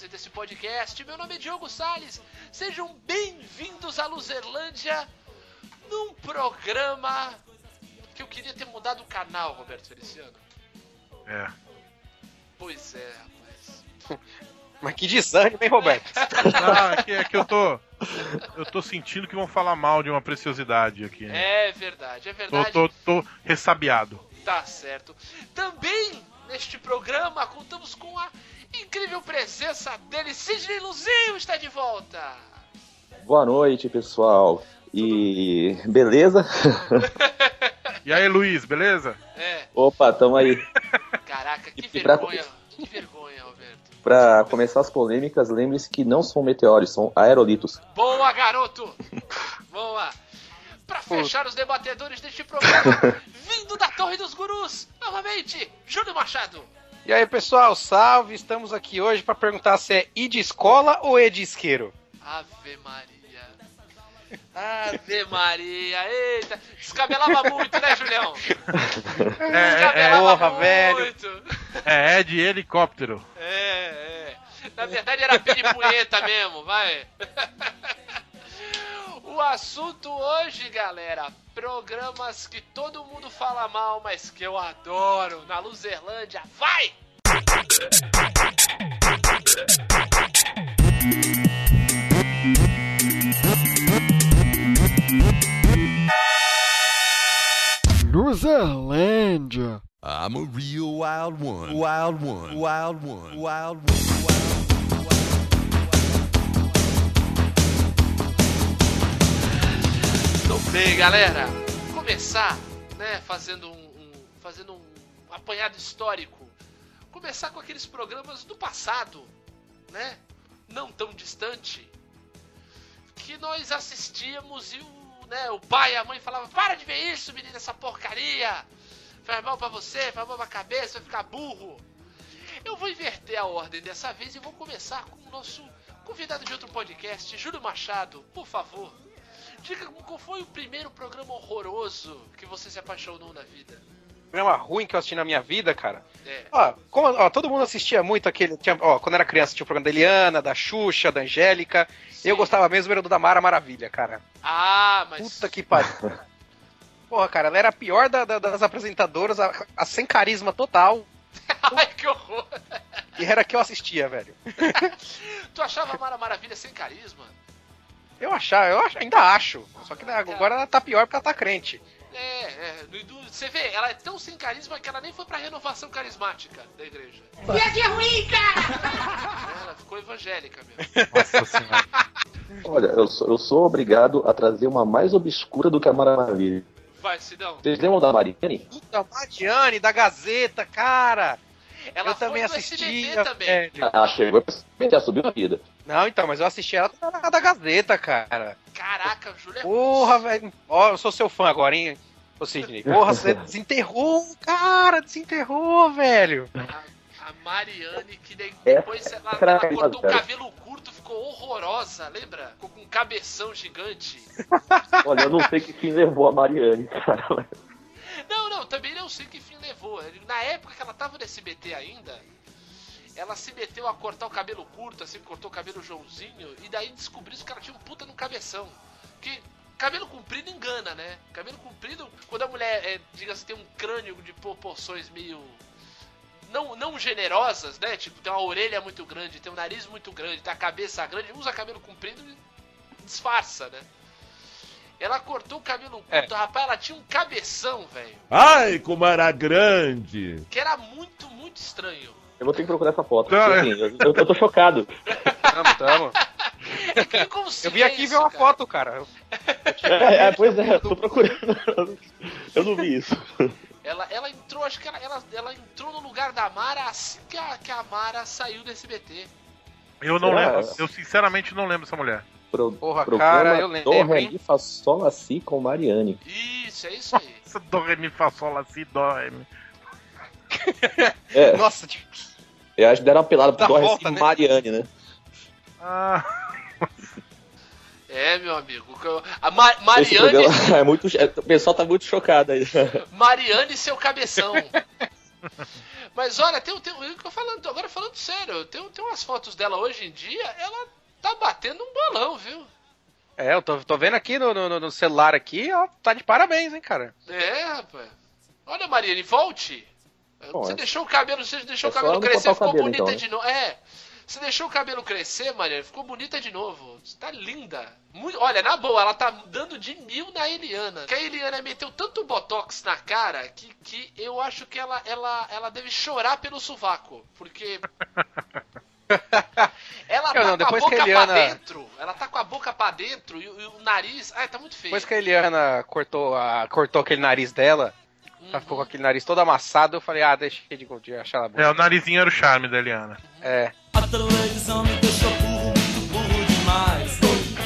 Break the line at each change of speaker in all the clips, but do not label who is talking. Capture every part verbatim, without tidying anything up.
vocês desse podcast. Meu nome é Diogo Salles. Sejam bem-vindos à Luzerlândia, num programa que eu queria ter mudado o canal, Roberto Feliciano.
É.
Pois é, rapaz.
Mas que desânimo, hein, Roberto?
Ah, é que, é que eu tô. Eu tô sentindo que vão falar mal de uma preciosidade aqui. Né?
É verdade, é verdade.
Tô, tô, tô ressabiado.
Tá certo. Também neste programa contamos com a incrível presença dele, Sidney Luzinho está de volta.
Boa noite, pessoal. E beleza?
E aí, Luiz, beleza?
É.
Opa, tamo aí.
Caraca, que
E pra-
vergonha. Que vergonha, Roberto.
Pra começar as polêmicas, lembre-se que não são meteoros, são aerolitos.
Boa, garoto! Boa! Pra fechar os debatedores deste programa, vindo da Torre dos Gurus, novamente, Júlio Machado.
E aí, pessoal, salve! Estamos aqui hoje pra perguntar se é I de escola ou E de isqueiro.
Ave Maria. Ave Maria, eita. Descabelava muito, né, Julião?
É, é,
Descabelava
porra, velho.
muito.
é, é de helicóptero.
É, é. Na verdade era pé de punheta mesmo, vai. O assunto hoje, galera, programas que todo mundo fala mal, mas que eu adoro, na Luzerlândia, vai!
Luzerlândia.
I'm a real wild one. Wild one. Wild one. Wild one.
Então, bem, galera, começar, né, fazendo um, um, fazendo um apanhado histórico. Começar com aqueles programas do passado, né, não tão distante, que nós assistíamos e o, né, o pai e a mãe falavam: para de ver isso, menina, essa porcaria, faz mal pra você, faz mal pra cabeça, vai ficar burro. Eu vou inverter a ordem dessa vez e vou começar com o nosso convidado de outro podcast, Júlio Machado, por favor. Diga qual foi o primeiro programa horroroso que você se apaixonou na vida.
Programa ruim que eu assisti na minha vida, cara.
É.
Ó, como, ó, todo mundo assistia muito aquele... Tinha, ó, quando era criança tinha o programa da Eliana, da Xuxa, da Angélica.
Sim.
Eu gostava mesmo era do da Mara Maravilha, cara.
Ah, mas...
Puta que pariu. Porra, cara, ela era a pior da, da, das apresentadoras, a, a sem carisma total.
Ai, que horror.
E era que eu assistia, velho.
Tu achava a Mara Maravilha sem carisma?
Eu achava, eu ach, ainda acho. Só que agora ela tá pior porque ela tá crente.
É, é. do- Você vê, ela é tão sem carisma que ela nem foi pra renovação carismática da igreja.
Piadinha ruim, cara!
Ela ficou evangélica mesmo.
Nossa senhora.
Olha, eu sou, eu sou obrigado a trazer uma mais obscura do que a Maravilha.
Vai, Sidão.
Vocês lembram da Mariane?
Puta, Mariane, da Gazeta, cara.
Ela
eu
foi
também
no S B T
assistia,
também.
velho.
Ela chegou e já subiu na vida.
Não, então, mas eu assisti ela da, da Gazeta, cara.
Caraca, o Júlio é...
Porra, velho. Ó, eu sou seu fã agora, hein? Ô, Sidney. Porra, você desenterrou, cara. Desenterrou, velho.
A, a Mariane, que de-
É,
depois ela,
era
ela
legal,
cortou o
cara.
cabelo curto, ficou horrorosa, lembra? Ficou com um cabeção gigante.
Olha, eu não sei que fim levou a Mariane, cara.
Não, não, também não sei que fim levou. Na época que ela tava no S B T ainda, ela se meteu a cortar o cabelo curto, assim, cortou o cabelo Joãozinho, e daí descobriu que ela tinha um puta no cabeção. Que cabelo comprido engana, né? Cabelo comprido, quando a mulher, é, diga-se, tem um crânio de proporções meio... Não, não generosas, né? Tipo, tem uma orelha muito grande, tem um nariz muito grande, tem a cabeça grande, usa cabelo comprido e disfarça, né? Ela cortou o cabelo curto,
É.
rapaz, ela tinha um cabeção, velho,
Ai, como era grande!
que era muito, muito estranho.
Eu vou ter que procurar essa foto.
Tá,
Porque, assim, eu, eu tô chocado.
Tamo, tamo.
É que inconsciência,
Eu vim aqui ver uma
cara.
foto, cara.
É, é, pois é, eu tô procurando. Eu não vi isso.
Ela, ela entrou, acho que ela, ela, ela entrou no lugar da Mara assim que a, que a Mara saiu do S B T.
Eu não
Será?
lembro, eu sinceramente não lembro dessa mulher.
Pro,
Porra,
programa
cara, eu lembro,
Do, Ré,
hein?
Mi, Fá, Sol, Lá, Si com Mariane.
Isso, é isso aí.
Essa do, ré, mi, fá, sol, lá, si, dó, ré, mi.
É,
Nossa, tipo,
eu acho que deram uma pelada pro
Dá
Do, Ré,
volta,
Si,
né?
Mariane, né?
Ah,
É, meu amigo. A Ma-
Esse
Mariane,
programa é muito, é, o pessoal tá muito chocado aí.
Mariane e seu cabeção. Mas olha, tem, tem, eu tô falando, agora falando sério, tem, tem umas fotos dela hoje em dia, ela tá batendo um bolão, viu?
É, eu tô, tô vendo aqui no, no, no celular aqui, ó, tá de parabéns, hein, cara.
É, rapaz. Olha, Mariane, volte.
Bom,
você
é-
deixou o cabelo, você deixou
é
o
só
cabelo
não
crescer,
cortar o
ficou
cabelo,
bonita
então, né?
de novo. É. Você deixou o cabelo crescer, Mariane, ficou bonita de novo. Você tá linda. Muito, olha, na boa, ela tá dando de mil na Eliana. Que a Eliana meteu tanto botox na cara que, que eu acho que ela, ela, ela deve chorar pelo sovaco. Porque. Ela tá
Eu não,
com a
depois
boca
que a Eliana-
pra dentro. Ela tá com a boca pra dentro e, e o nariz. Ai, tá muito feio.
Depois que a Eliana cortou, a, cortou aquele nariz dela, ela ficou com aquele nariz todo amassado, eu falei, ah, deixei de, de achar ela boa.
É, o narizinho era o charme da Eliana.
É.
A televisão me deixou burro, muito burro demais.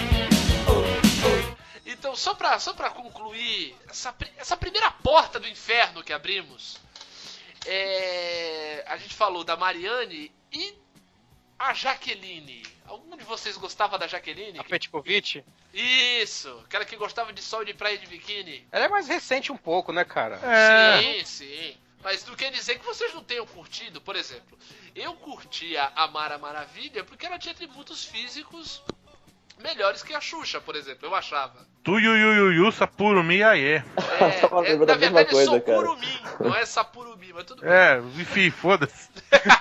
Então, só pra, só pra concluir essa, pri- essa primeira porta do inferno que abrimos, é, a gente falou da Mariane e a Jaqueline. Algum de vocês gostava da Jaqueline?
A Petkovic,
Isso, aquela que gostava de sol de praia de biquíni.
ela é mais recente um pouco, né, cara?
É.
Sim, sim. Mas não quer dizer que vocês não tenham curtido. Por exemplo, eu curtia a Mara Maravilha porque ela tinha atributos físicos melhores que a Xuxa, por exemplo, eu achava.
Tu yu yu yu yu sapurumi aie.
É,
Tava
é,
lembrando
na
a mesma
verdade é
coisa, cara.
Sopurumi, não é Sapurumi, mas tudo bem.
É, enfim, foda-se.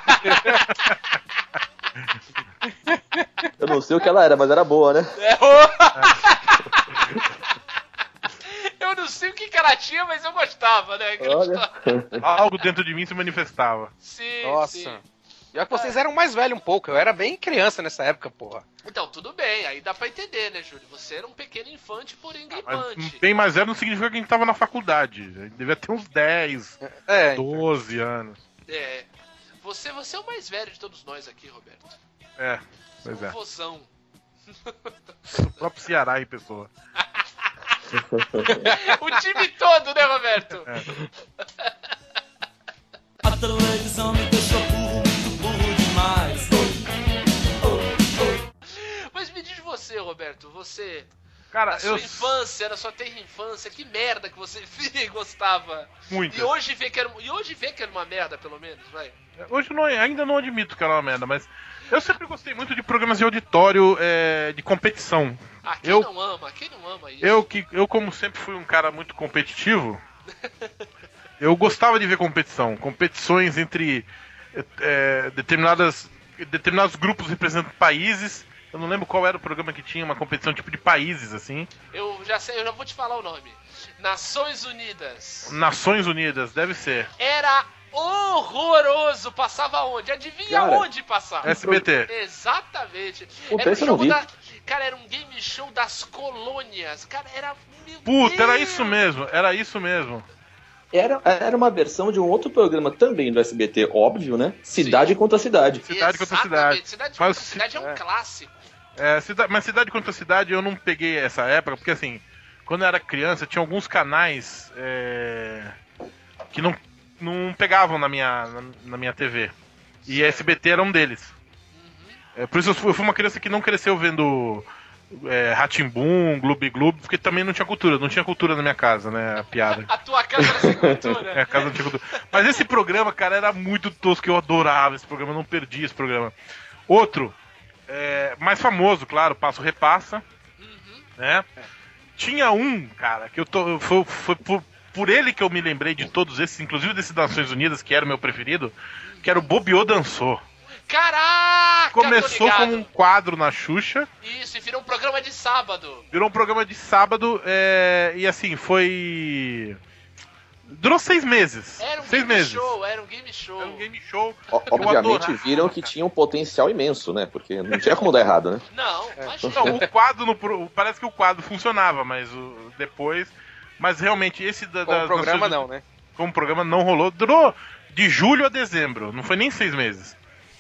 Eu não sei o que ela era, mas era boa, né?
É, ô- Eu não sei o que, que ela tinha, mas eu gostava, né? Aquela
Olha.
história.
Algo dentro de mim se manifestava.
Sim,
Nossa.
sim.
Já que vocês eram mais velhos um pouco, eu era bem criança nessa época, porra.
Então, tudo bem, aí dá pra entender, né, Júlio? Você era um pequeno infante, porém
Mas
guipante.
bem mais velho não significa que a gente tava na faculdade. A gente devia ter uns dez,
É,
doze anos.
É. Você, você é o mais velho de todos nós aqui, Roberto.
É,
Você é
pois
um
é.
vozão.
O próprio Ceará em pessoa.
O time todo, né, Roberto?
É.
A televisão me deixou burro, muito burro demais.
Mas me diz você, Roberto, você...
Cara,
Na sua
eu.
infância, na sua terra infância, que merda que você gostava.
Muito.
E hoje vê que era, e hoje vê que era uma merda, pelo menos, vai.
Hoje eu não, ainda não admito que era uma merda, mas eu sempre gostei muito de programas de auditório é, de competição.
Ah, quem
Eu-
não ama? Quem não ama isso?
Eu, que, eu, como sempre fui um cara muito competitivo, eu gostava de ver competição. Competições entre é, determinadas, determinados grupos representando países. Eu não lembro qual era o programa que tinha uma competição tipo de países, assim.
Eu já sei, eu já vou te falar o nome. Nações Unidas.
Nações Unidas, deve ser.
Era horroroso. Passava onde? Adivinha
Cara,
onde passava?
S B T.
Exatamente.
Puta,
Era um
esse eu não
jogo
vi.
da... Cara, era um game show das colônias. Cara, era... Meu
Puta, era
Deus!
isso mesmo, era isso mesmo.
Era, era uma versão de um outro programa também do S B T, óbvio, né? Cidade contra cidade.
Cidade contra
Exatamente.
cidade.
Cidade
Mas
contra
ci-
cidade é um
é.
clássico.
É, cida- mas Cidade contra Cidade eu não peguei essa época, porque assim, quando eu era criança, tinha alguns canais é, que não, não pegavam na minha, na, na minha T V. E S B T era um deles. É, por isso eu fui, eu fui uma criança que não cresceu vendo é, Rá-Tim-Bum, Gloob Gloob, porque também não tinha cultura. Não tinha cultura na minha casa, né? A piada.
A tua casa era sem cultura.
É, a casa não tinha cultura. Mas esse programa, cara, era muito tosco. Eu adorava esse programa, eu não perdi esse programa. Outro, é, mais famoso, claro, Passo Repassa, né? Tinha um, cara, que eu tô. Foi, foi por, por ele que eu me lembrei de todos esses, inclusive desse Nações Unidas, que era o meu preferido, que era o Bobiô Dançou.
Caraca,
Começou
tô ligado.
como um quadro na Xuxa,
Isso, e virou um programa de sábado.
virou um programa de sábado, é, e assim, foi. Durou seis meses.
Era um
seis
game
meses.
show, era um game show.
Era um game show.
O-
Eu
obviamente
adorava,
viram que tinha um potencial imenso, né? Porque não tinha como dar errado, né?
Não, imagina.
Não, o quadro no pro- parece que o quadro funcionava, mas o, depois, mas realmente esse da,
Com o
das
programa
Nações-
não, né?
como programa não rolou, durou de julho a dezembro, não foi nem seis meses.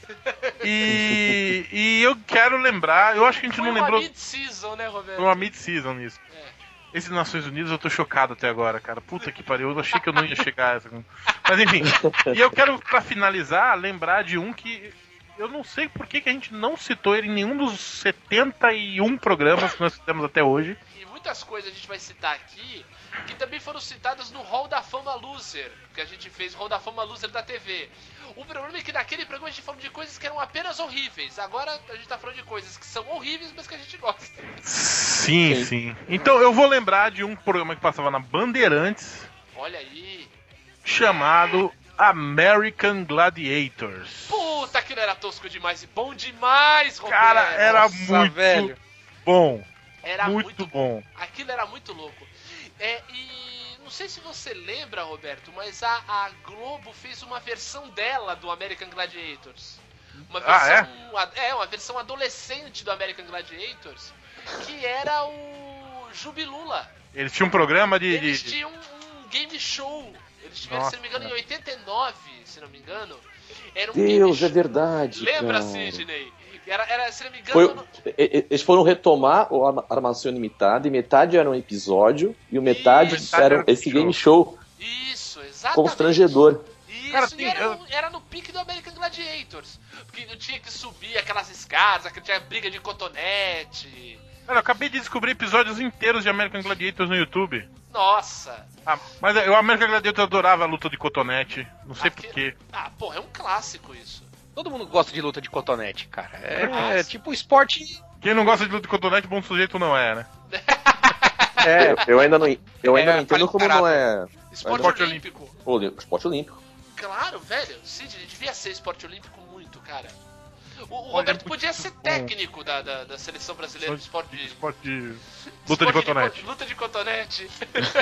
E, e eu quero lembrar, eu acho que a gente
Foi
não
uma
lembrou,
mid-season, né, Roberto?
foi uma mid-season nisso.
É.
Esse Nações Unidas eu tô chocado até agora, cara. Puta que pariu, eu achei que eu não ia chegar a essa. Mas enfim, e eu quero, pra finalizar, lembrar de um que eu não sei por que, que a gente não citou ele em nenhum dos setenta e um programas que nós fizemos até hoje.
E muitas coisas a gente vai citar aqui que também foram citadas no Hall da Fama Loser, que a gente fez, Hall da Fama Loser da T V. O problema é que naquele programa a gente falou de coisas que eram apenas horríveis. Agora a gente tá falando de coisas que são horríveis, mas que a gente gosta.
Sim, sim. sim. Então eu vou lembrar de um programa que passava na Bandeirantes.
Olha aí.
Chamado American Gladiators.
Puta, aquilo era tosco demais e bom demais, Roberto.
Cara, era
Nossa,
muito
velho.
bom.
Era
muito,
muito
bom.
Aquilo era muito louco. É, e não sei se você lembra, Roberto, mas a, a Globo fez uma versão dela do American Gladiators. Uma versão,
ah,
é? é, uma versão adolescente do American Gladiators, que era o Jubilula.
Eles tinham um programa de...
Eles
de...
tinham um game show. Eles tiveram,
Nossa,
se não me engano, em oitenta e nove, se não me engano. Era um
Deus,
game
é verdade.
Lembra,
cara.
Sidney? Era, era, se não me engano...
Foi,
no...
Eles foram retomar o Arma- Armação Limitada e metade era um episódio e o metade
Isso,
era
metade era
esse
show.
game show
Isso, exatamente.
constrangedor.
Isso,
Cara,
e
sim,
era,
eu-
no, era no pique do American Gladiators. Porque não tinha que subir aquelas escadas, que tinha briga de cotonete.
Cara, eu acabei de descobrir episódios inteiros de American Gladiators no YouTube.
Nossa.
Ah, mas eu, American Gladiators, adorava a luta de cotonete. Não sei
Aqui-
porquê.
Ah, porra, é um clássico isso.
Todo mundo gosta de luta de cotonete, cara. É,
Ah,
é
sim.
tipo esporte.
Quem não gosta de luta de cotonete, bom sujeito não é, né?
É,
Eu ainda não, eu ainda
É,
não entendo como não é
Esporte
Esporte
olímpico.
Oli- esporte olímpico.
Claro, velho. Sidney, devia ser esporte olímpico muito, cara. O, o
Olha,
Roberto
muito
podia ser
bom.
técnico da, da, da seleção brasileira de esporte de...
Esporte de... Luta
esporte
de cotonete.
co- Luta de cotonete.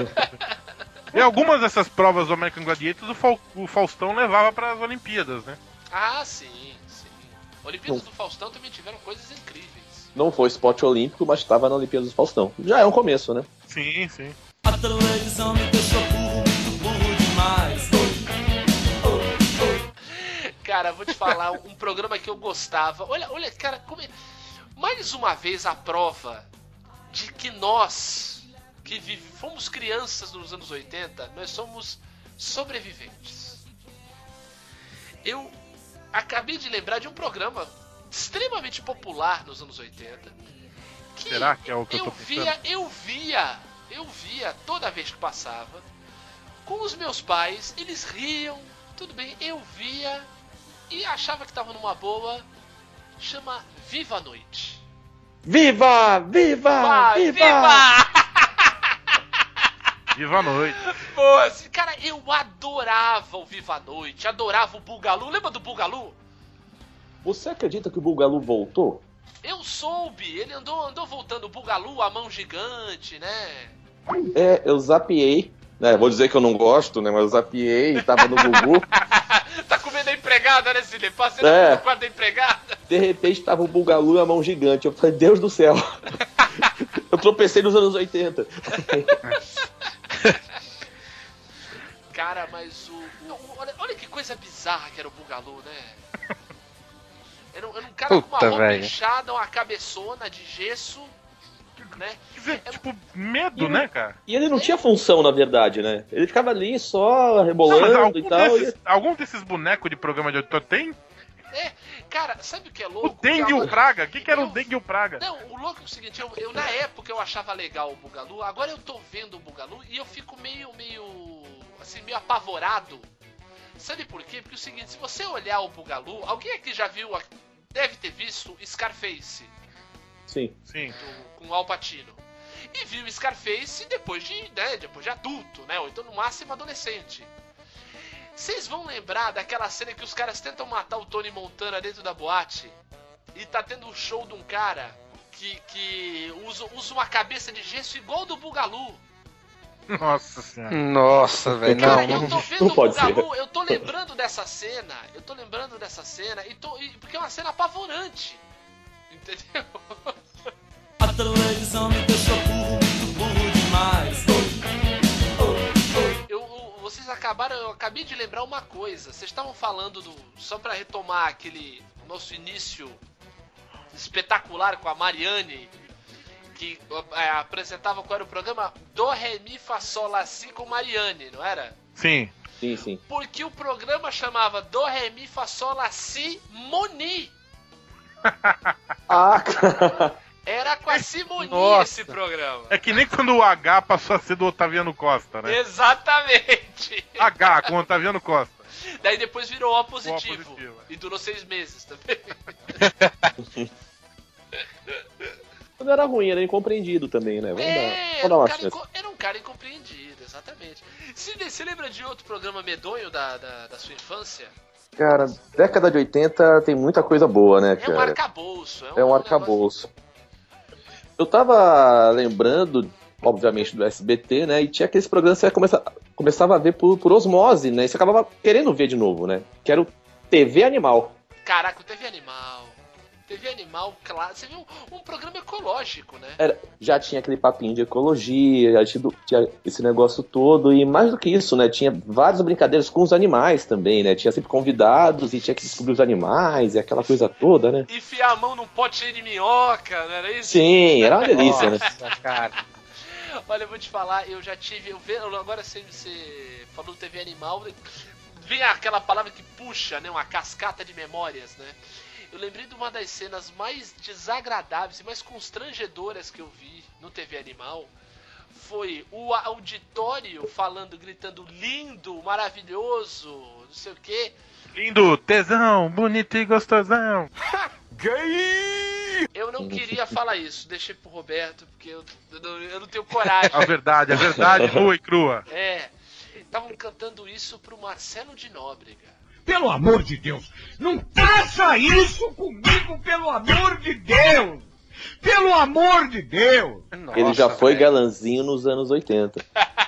E algumas dessas provas do American Gladiators, o, Fal- o Faustão levava para as Olimpíadas, né?
Ah, sim, sim. Olimpíadas do Faustão também tiveram coisas incríveis.
Não foi esporte olímpico, mas estava na Olimpíada do Faustão. Já é um começo, né?
Sim, sim.
A televisão me deixou burro, muito burro demais.
Cara, vou te falar, um programa que eu gostava. Olha, olha, cara, como é... mais uma vez a prova de que nós, que vive... fomos crianças nos anos oitenta, nós somos sobreviventes. Eu acabei de lembrar de um programa extremamente popular nos anos oitenta. Que
Será que é o que eu
eu
tô
via,
pensando?
eu via, eu via toda vez que passava. Com os meus pais, eles riam, tudo bem, eu via e achava que tava numa boa. Chama Viva a Noite.
Viva! Viva!
Vai,
viva!
viva!
Viva a noite.
Pô, assim, cara, eu adorava o Viva a Noite, adorava o Bugalu. Lembra do Bugalu?
Você acredita que o Bugalu voltou?
Eu soube, ele andou, andou voltando, o Bugalu, a mão gigante, né?
É, eu zapiei. Né, vou dizer que eu não gosto, né? Mas eu zapiei, tava no Gugu.
Tá comendo a empregada, né, Cine? Passando
É.
no quarto da empregada.
De repente tava o Bugalu e a mão gigante. Eu falei, Deus do céu. Eu tropecei nos anos oitenta.
Cara, mas o... o- olha, olha que coisa bizarra que era o Bugalu, né? Era um, era um cara com
Puta,
uma roupa
velho.
inchada, uma cabeçona de gesso, né?
Quer dizer, tipo, medo, né, cara?
E ele não tinha função, na verdade, né? Ele ficava ali só
Não, mas
rebolando
algum,
e tal.
desses, algum desses bonecos de programa de auditor tem?
É, cara, sabe o que é
O
louco?
Dengue e
Que a-
o Praga? O que, que era o
Eu-
Dengue e o Praga?
Não, o louco é o seguinte, eu, eu, na época eu achava legal o Bugalu, agora eu tô vendo o Bugalu e eu fico meio, meio, assim, meio apavorado. Sabe por quê? Porque é o seguinte, se você olhar o Bugalu, alguém aqui já viu, a- deve ter visto Scarface,
Sim.
Sim.
do, com Al Pacino. E viu Scarface depois de, né, depois de adulto, né, ou então no máximo adolescente. Vocês vão lembrar daquela cena que os caras tentam matar o Tony Montana dentro da boate? E tá tendo um show de um cara que, que usa, usa uma cabeça de gesso igual do Bugalu.
Nossa senhora.
Nossa, velho.
Cara,
Não,
eu
não.
tô vendo
não
o
pode
Bugalu, eu tô lembrando dessa cena, eu tô lembrando dessa cena, e tô, e- porque é uma cena apavorante. Entendeu?
A televisão me deixou burro, muito burro demais.
Eu, eu- vocês acabaram, eu acabei de lembrar uma coisa. Vocês estavam falando do, só pra retomar aquele nosso início espetacular com a Mariane, que é, apresentava qual era o programa Do Ré Mi Fá Sol Lá Si com Mariane, não era?
Sim.
Sim, sim.
Porque o programa chamava Do, Ré, Mi, Fá, Sol, Lá, Si, Moni.
Ah, cara.
Era com a Simoni
Nossa.
esse programa.
É que nem quando o H passou a ser do Otaviano Costa, né?
Exatamente.
H com o Otaviano Costa.
Daí depois virou O positivo.
O positivo, é.
E durou seis meses também.
Quando era ruim, era incompreendido também, né? Vamos dar,
É,
vamos
era
dar
um,
uma
cara
chance.
inco- era um cara incompreendido, exatamente. Você lembra de outro programa medonho da, da, da sua infância?
Cara, década de oitenta tem muita coisa boa, né,
É um
cara?
arcabouço.
É um arcabouço. Eu tava lembrando, obviamente, do S B T, né? E tinha aqueles programas que você começa, começava a ver por, por osmose, né? E você acabava querendo ver de novo, né? Que era o T V Animal.
Caraca, o T V Animal. T V Animal, claro. Você viu um, um programa ecológico, né?
Era, já tinha aquele papinho de ecologia, já tinha, tinha esse negócio todo. E mais do que isso, né? Tinha várias brincadeiras com os animais também, né? Tinha sempre convidados e tinha que descobrir os animais e aquela coisa toda, né?
Enfiar a mão num pote cheio de minhoca, não era isso?
Sim, era uma delícia, né?
Nossa, cara.
Olha, eu vou te falar, eu já tive. Eu ve- agora você, você falou do T V Animal, vem aquela palavra que puxa, né? Uma cascata de memórias, né? Eu lembrei de uma das cenas mais desagradáveis e mais constrangedoras que eu vi no T V Animal. Foi o auditório falando, gritando lindo, maravilhoso, não sei o quê.
Lindo, tesão, bonito e gostosão.
Eu não queria falar isso, deixei pro Roberto, porque eu, eu, não, eu não tenho coragem.
A verdade, a verdade nua e crua.
É, estavam cantando isso pro Marcelo de Nóbrega.
Pelo amor de Deus, não faça isso comigo, pelo amor de Deus! Pelo amor de Deus!
Ele já
Nossa,
foi
velho.
galanzinho nos anos oitenta.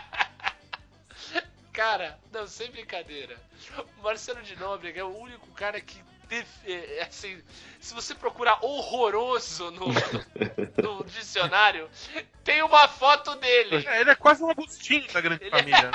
Cara, não, sem brincadeira. O Marcelo de Nóbrega é o único cara que def- é, assim, se você procurar horroroso no, no dicionário, tem uma foto dele.
É, ele é quase um Agostinho da grande
Ele é-
família.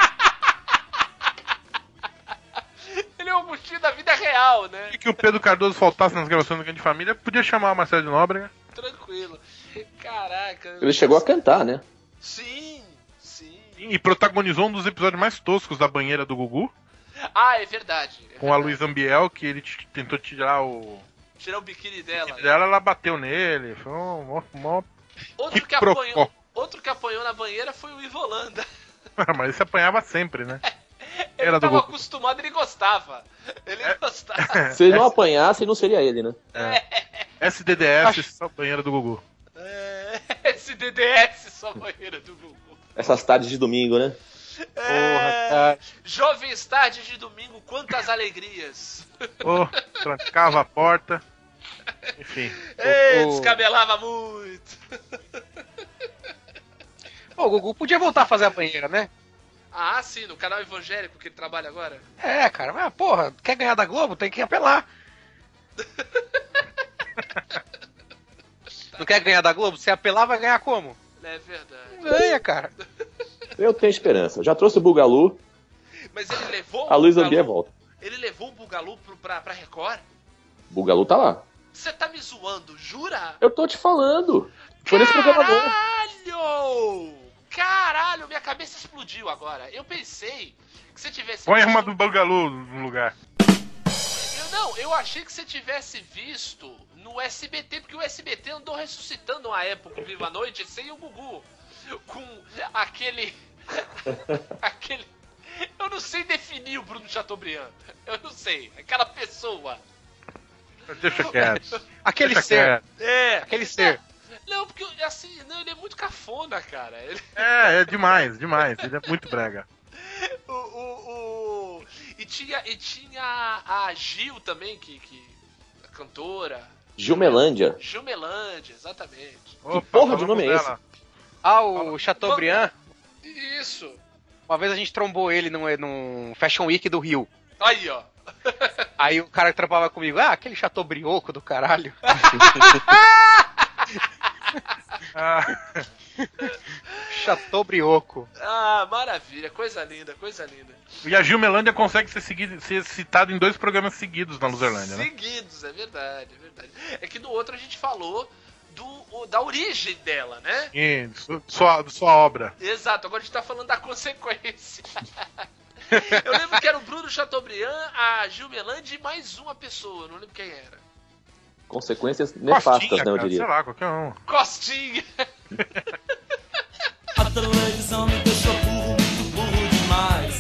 Ele é o Agostinho da vida real, né?
Se que o Pedro Cardoso faltasse nas gravações da grande família, podia chamar o Marcelo de Nóbrega.
Tranquilo. Caraca.
Ele chegou a cantar, né?
Sim, sim.
E protagonizou um dos episódios mais toscos da banheira do Gugu,
Ah, é verdade. é
com a
verdade.
Luísa Ambiel, que ele t- tentou tirar o...
Tirar o biquíni dela. né?
dela, ela bateu nele. Foi um mó... mó...
Outro que,
que procó.
apanhou, outro que apanhou na banheira foi o Ivo Holanda.
Mas ele se apanhava sempre, né?
Ele
Era do
tava
Gugu.
acostumado, ele gostava. Ele
É.
gostava.
Se ele não apanhasse, não seria ele, né?
S D D S, só banheira do Gugu.
É, esse D D S, só banheira do Gugu.
Essas tardes de domingo, né?
É,
cara.
Jovens tardes de domingo, quantas alegrias.
Ô, trancava a porta. Enfim.
Ei,
o-
descabelava muito.
Pô, o Gugu podia voltar a fazer a banheira, né?
Ah, sim, no canal evangélico que ele trabalha agora.
É, cara, mas porra, quer ganhar da Globo? Tem que apelar. Não quer ganhar da Globo? Se apelar, vai ganhar como?
É verdade.
Ganha, cara.
Eu tenho esperança. Já trouxe o Bugalu,
Mas ele levou
a
o
Luísa
Bugalu-
Ambiel volta.
Ele levou o Bugalu pro, pra, pra Record?
O Bugalu tá lá.
Você tá me zoando, jura?
Eu tô te falando. Foi nesse programa novo.
Caralho! Caralho, minha cabeça explodiu agora. Eu pensei que você tivesse
Põe
visto-
uma do Bangalu no lugar.
Eu não, eu achei que você tivesse visto no S B T, porque o S B T andou ressuscitando uma época o Viva a Noite sem o Gugu. Com aquele. aquele. Eu não sei definir o Bruno Chateaubriand. Eu não sei. Aquela pessoa.
Deixa quieto.
Aquele
Deixa
ser.
quieto.
É.
Aquele ser.
Não, porque assim, não, ele é muito cafona, cara. Ele,
É, é demais, demais. Ele é muito brega.
o, o, o- e tinha, e tinha a Gil também, que, que a cantora.
Gilmelândia.
Gilmelândia, exatamente.
Opa,
porra de
falamos
nome é esse?
dela.
Ah, o Chateaubriand.
Isso.
Uma vez a gente trombou ele num, num Fashion Week do Rio.
Aí, ó.
Aí o cara que trampava comigo, ah, aquele Chateaubrioco do caralho.
Ah,
Chateaubrioco.
Ah, maravilha, coisa linda, coisa linda.
e a Gilmelândia consegue ser, seguido, ser citado em dois programas seguidos na Luzerlândia, né?
Seguidos, é verdade, é verdade. É que no outro a gente falou do, o- da origem dela, né?
E su- sua, sua obra.
Exato, agora a gente tá falando da consequência. Eu lembro que era o Bruno Chateaubriand, a Gil Melandi e mais uma pessoa, não lembro quem era.
Consequências nefastas,
Costinha,
né, eu
cara,
diria.
sei lá, qualquer um.
Costinha!
A televisão me deixou burro, muito burro demais.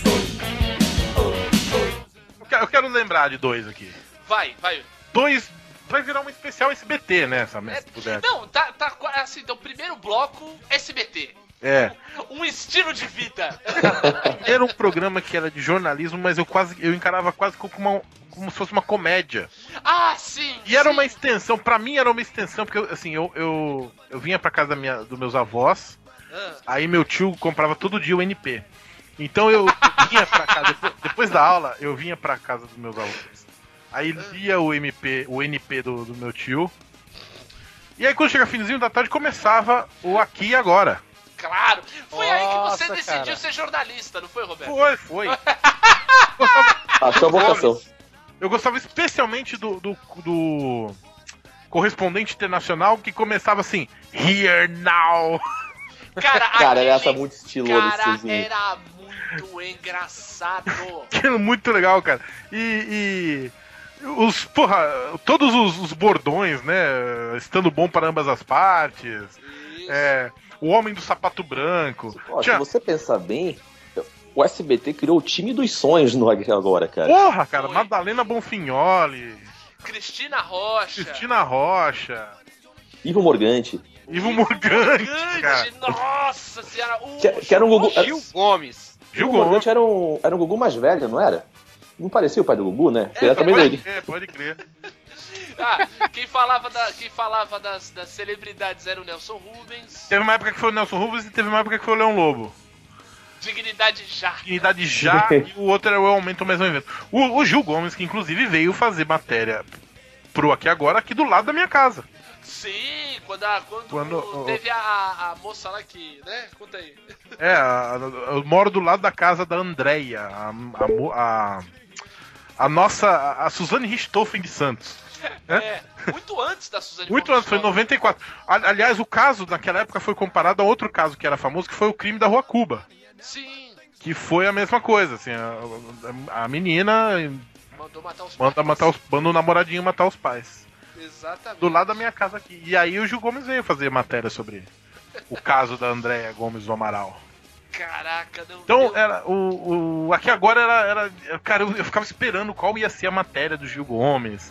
Eu quero, eu quero lembrar de dois aqui.
Vai, vai.
Dois. Vai virar um especial S B T, né? Essa,
É,
se puder.
não, tá, tá qua- assim, então, primeiro bloco, S B T.
É.
Um estilo de vida.
Era um programa que era de jornalismo, mas eu quase eu encarava quase como, uma, como se fosse uma comédia.
Ah, sim!
E era
sim.
uma extensão, pra mim era uma extensão, porque assim, eu, eu, eu vinha pra casa da minha, dos meus avós,
Ah,
aí meu tio comprava todo dia o N P. Então eu, eu vinha pra casa, depois, depois da aula, eu vinha pra casa dos meus avós. Aí lia o M P, o N P do, do meu tio. E aí quando chega finzinho da tarde começava o Aqui e Agora.
claro! Foi aí que você
Nossa,
decidiu
cara.
ser jornalista, não foi, Roberto?
Foi, foi.
Achou a vocação.
Eu gostava especialmente do, do, do correspondente internacional que começava assim, Here Now.
Cara,
Cara,
aquele
essa muito estiloso
cara
esse zinho.
era muito engraçado.
Aquilo muito legal, cara. E, e os, porra, todos os, os bordões, né? Estando bom para ambas as partes.
Isso.
É, o Homem do Sapato Branco.
Ó,
Tinha-
Se você pensar bem, o S B T criou o time dos sonhos no Aqui Agora, cara.
Porra, cara,
Foi.
Madalena Bonfignoli,
Cristina Rocha.
Cristina Rocha,
Ivo Morgante.
Ivo Morgante, cara.
Gigante, nossa senhora. O
Que, que era um Gugu.
Gil Gomes.
Gil
Ivo
Gomes.
Morgante era um, era um Gugu mais velho, não era? Não parecia o pai do Gugu, né? Ele era também
Pode
doido.
crer, pode crer.
Ah, quem falava, da, quem falava das, das celebridades era o Nelson Rubens.
Teve uma época que foi o Nelson Rubens e teve uma época que foi o Leão Lobo.
Dignidade já.
Dignidade já e o outro era o Aumento Mais Um Evento. O, o Gil Gomes, que inclusive veio fazer matéria pro Aqui Agora, aqui do lado da minha casa.
Sim, quando, a, quando,
Quando-
teve a, a moça lá que, né? Conta aí.
É, a- a- eu moro do lado da casa da Andréia, a, a, mo- a, a nossa, a Suzane Richthofen de Santos.
É, muito antes da Suzane
Muito antes, foi em
Richthofen.
noventa e quatro. Ali- Aliás, o caso naquela época foi comparado a outro caso que era famoso, que foi o crime da Rua Cuba.
Sim,
Que foi a mesma coisa, assim, a, a- a menina
mandou matar os
manda
pais.
matar os, manda o namoradinho matar os pais.
Exatamente.
Do lado da minha casa aqui. E aí o Gil Gomes veio fazer matéria sobre o caso da Andréia Gomes do Amaral.
Caraca, não
Então,
deu.
era, o, o, aqui agora era, era. Cara, eu, eu ficava esperando qual ia ser a matéria do Gil Gomes.